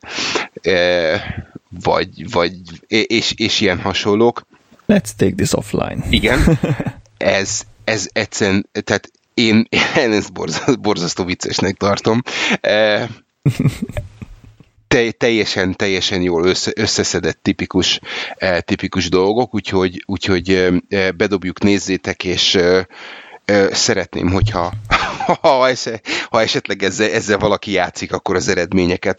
Speaker 1: és ilyen hasonlók.
Speaker 2: Let's take this offline.
Speaker 1: Igen, ez egyszerűen, tehát én ezt borzasztó viccesnek tartom. Teljesen jól összeszedett tipikus dolgok, úgyhogy bedobjuk, nézzétek, és szeretném, hogyha ha esetleg ezzel valaki játszik, akkor az eredményeket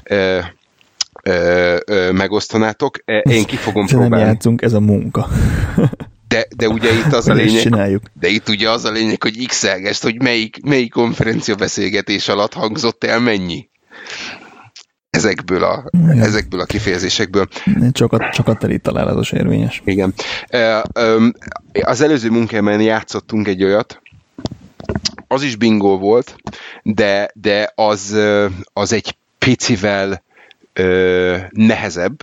Speaker 1: megosztanátok. Én ki fogom próbálni.
Speaker 2: Nem játszunk, ez a munka.
Speaker 1: De ugye itt az a lényeg, ugye az a lényeg, hogy x-elgest, hogy melyik konferencia beszélgetés alatt hangzott el mennyi. Ezekből a kifejezésekből.
Speaker 2: Csak a teli találatos érvényes.
Speaker 1: Igen. Az előző munkámban játszottunk egy olyat, az is bingo volt, de az egy picivel nehezebb.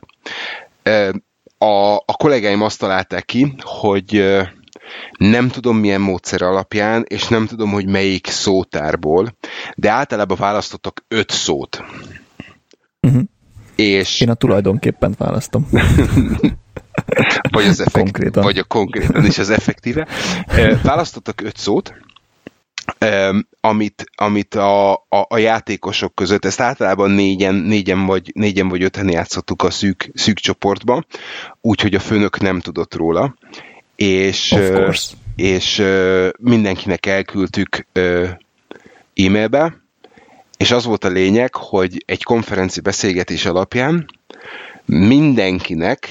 Speaker 1: A kollégáim azt találták ki, hogy nem tudom milyen módszer alapján, és nem tudom, hogy melyik szótárból, de általában választottak 5 szót. És...
Speaker 2: Én a tulajdonképpen választom.
Speaker 1: Vagy az konkrétan. Vagy a konkrétan is az effektíve. Választottak 5 szót, amit a játékosok között, ezt általában négyen vagy 5-en játszottuk a szűk csoportban, úgyhogy a főnök nem tudott róla, és mindenkinek elküldtük e-mailbe, és az volt a lényeg, hogy egy konferenci beszélgetés alapján mindenkinek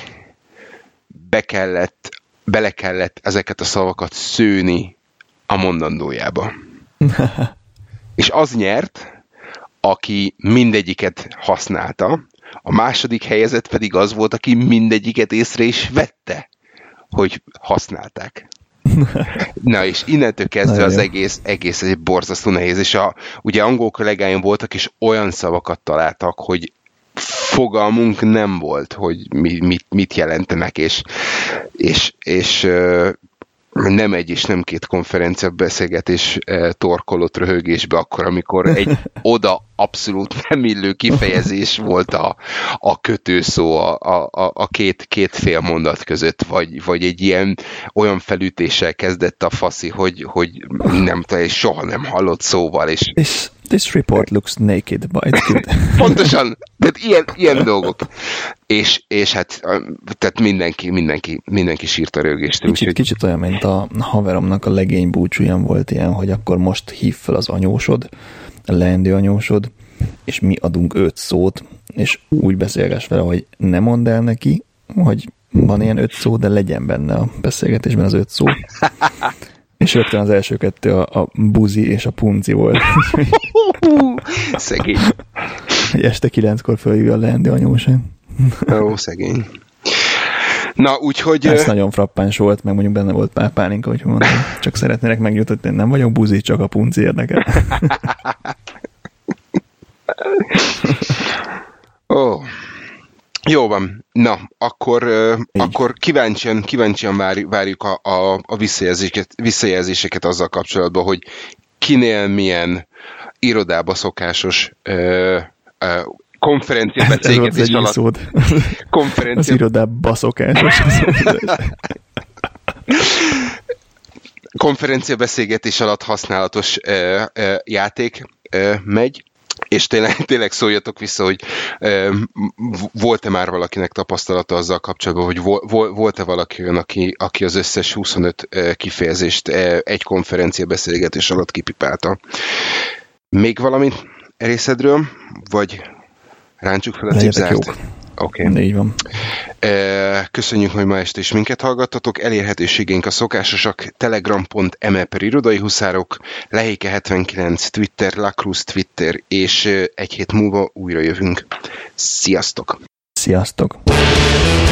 Speaker 1: bele kellett ezeket a szavakat szőni a mondandójába. És az nyert, aki mindegyiket használta, a második helyezett pedig az volt, aki mindegyiket észre is vette, hogy használták. Na és innentől kezdve az egész egy borzasztó nehéz, és ugye angol kollégáim voltak, és olyan szavakat találtak, hogy fogalmunk nem volt, hogy mit jelentenek, és nem egy és nem 2 konferencia beszélgetés torkolott röhögésbe akkor, amikor egy oda abszolút nem illő kifejezés volt a kötőszó a két fél mondat között, vagy egy ilyen olyan felütéssel kezdett a faszi, hogy nem tudom, soha nem hallott szóval. És
Speaker 2: This report looks naked, but it's good.
Speaker 1: Pontosan, tehát ilyen dolgok. És hát tehát mindenki sírt a rögést.
Speaker 2: Kicsit olyan, mint a haveromnak a legény búcsúján volt ilyen, hogy akkor most hív fel az anyósod, a leendő anyósod, és mi adunk 5 szót, és úgy beszélgess vele, hogy ne mondd el neki, hogy van ilyen 5 szó, de legyen benne a beszélgetésben az 5 szó. És rögtön az első 2 a buzi és a punci volt.
Speaker 1: Szegény.
Speaker 2: Este 9-kor fölhívja a leendő anyósát.
Speaker 1: Ó, szegény. Na, úgyhogy...
Speaker 2: Ez nagyon frappáns volt, meg mondjuk benne volt pár pálinka, hogy mondom, csak szeretnének megnyugtatni, nem vagyok buzi, csak a punci érdekel.
Speaker 1: Ó. Jó van. Na, akkor kíváncsian várjuk a visszajelzéseket azzal kapcsolatban, hogy kinél milyen irodába szokásos konferencia beszélgetés alatt.
Speaker 2: Az irodába szokásos.
Speaker 1: Konferencia beszélgetés alatt használatos játék megy. És tényleg szóljatok vissza, hogy volt-e már valakinek tapasztalata azzal kapcsolatban, hogy volt-e valaki olyan, aki az összes 25 kifejezést egy konferencia beszélgetés alatt kipipálta. Még valamit részedről, vagy ráncsuk fel a cipzárt?
Speaker 2: Oké. Így van.
Speaker 1: Köszönjük, hogy ma este is minket hallgattatok. Elérhetőségeink a szokásosak: telegram.me/irodai huszárok, Lehéke 79 Twitter, Lacruz Twitter, és egy hét múlva újra jövünk. Sziasztok!
Speaker 2: Sziasztok!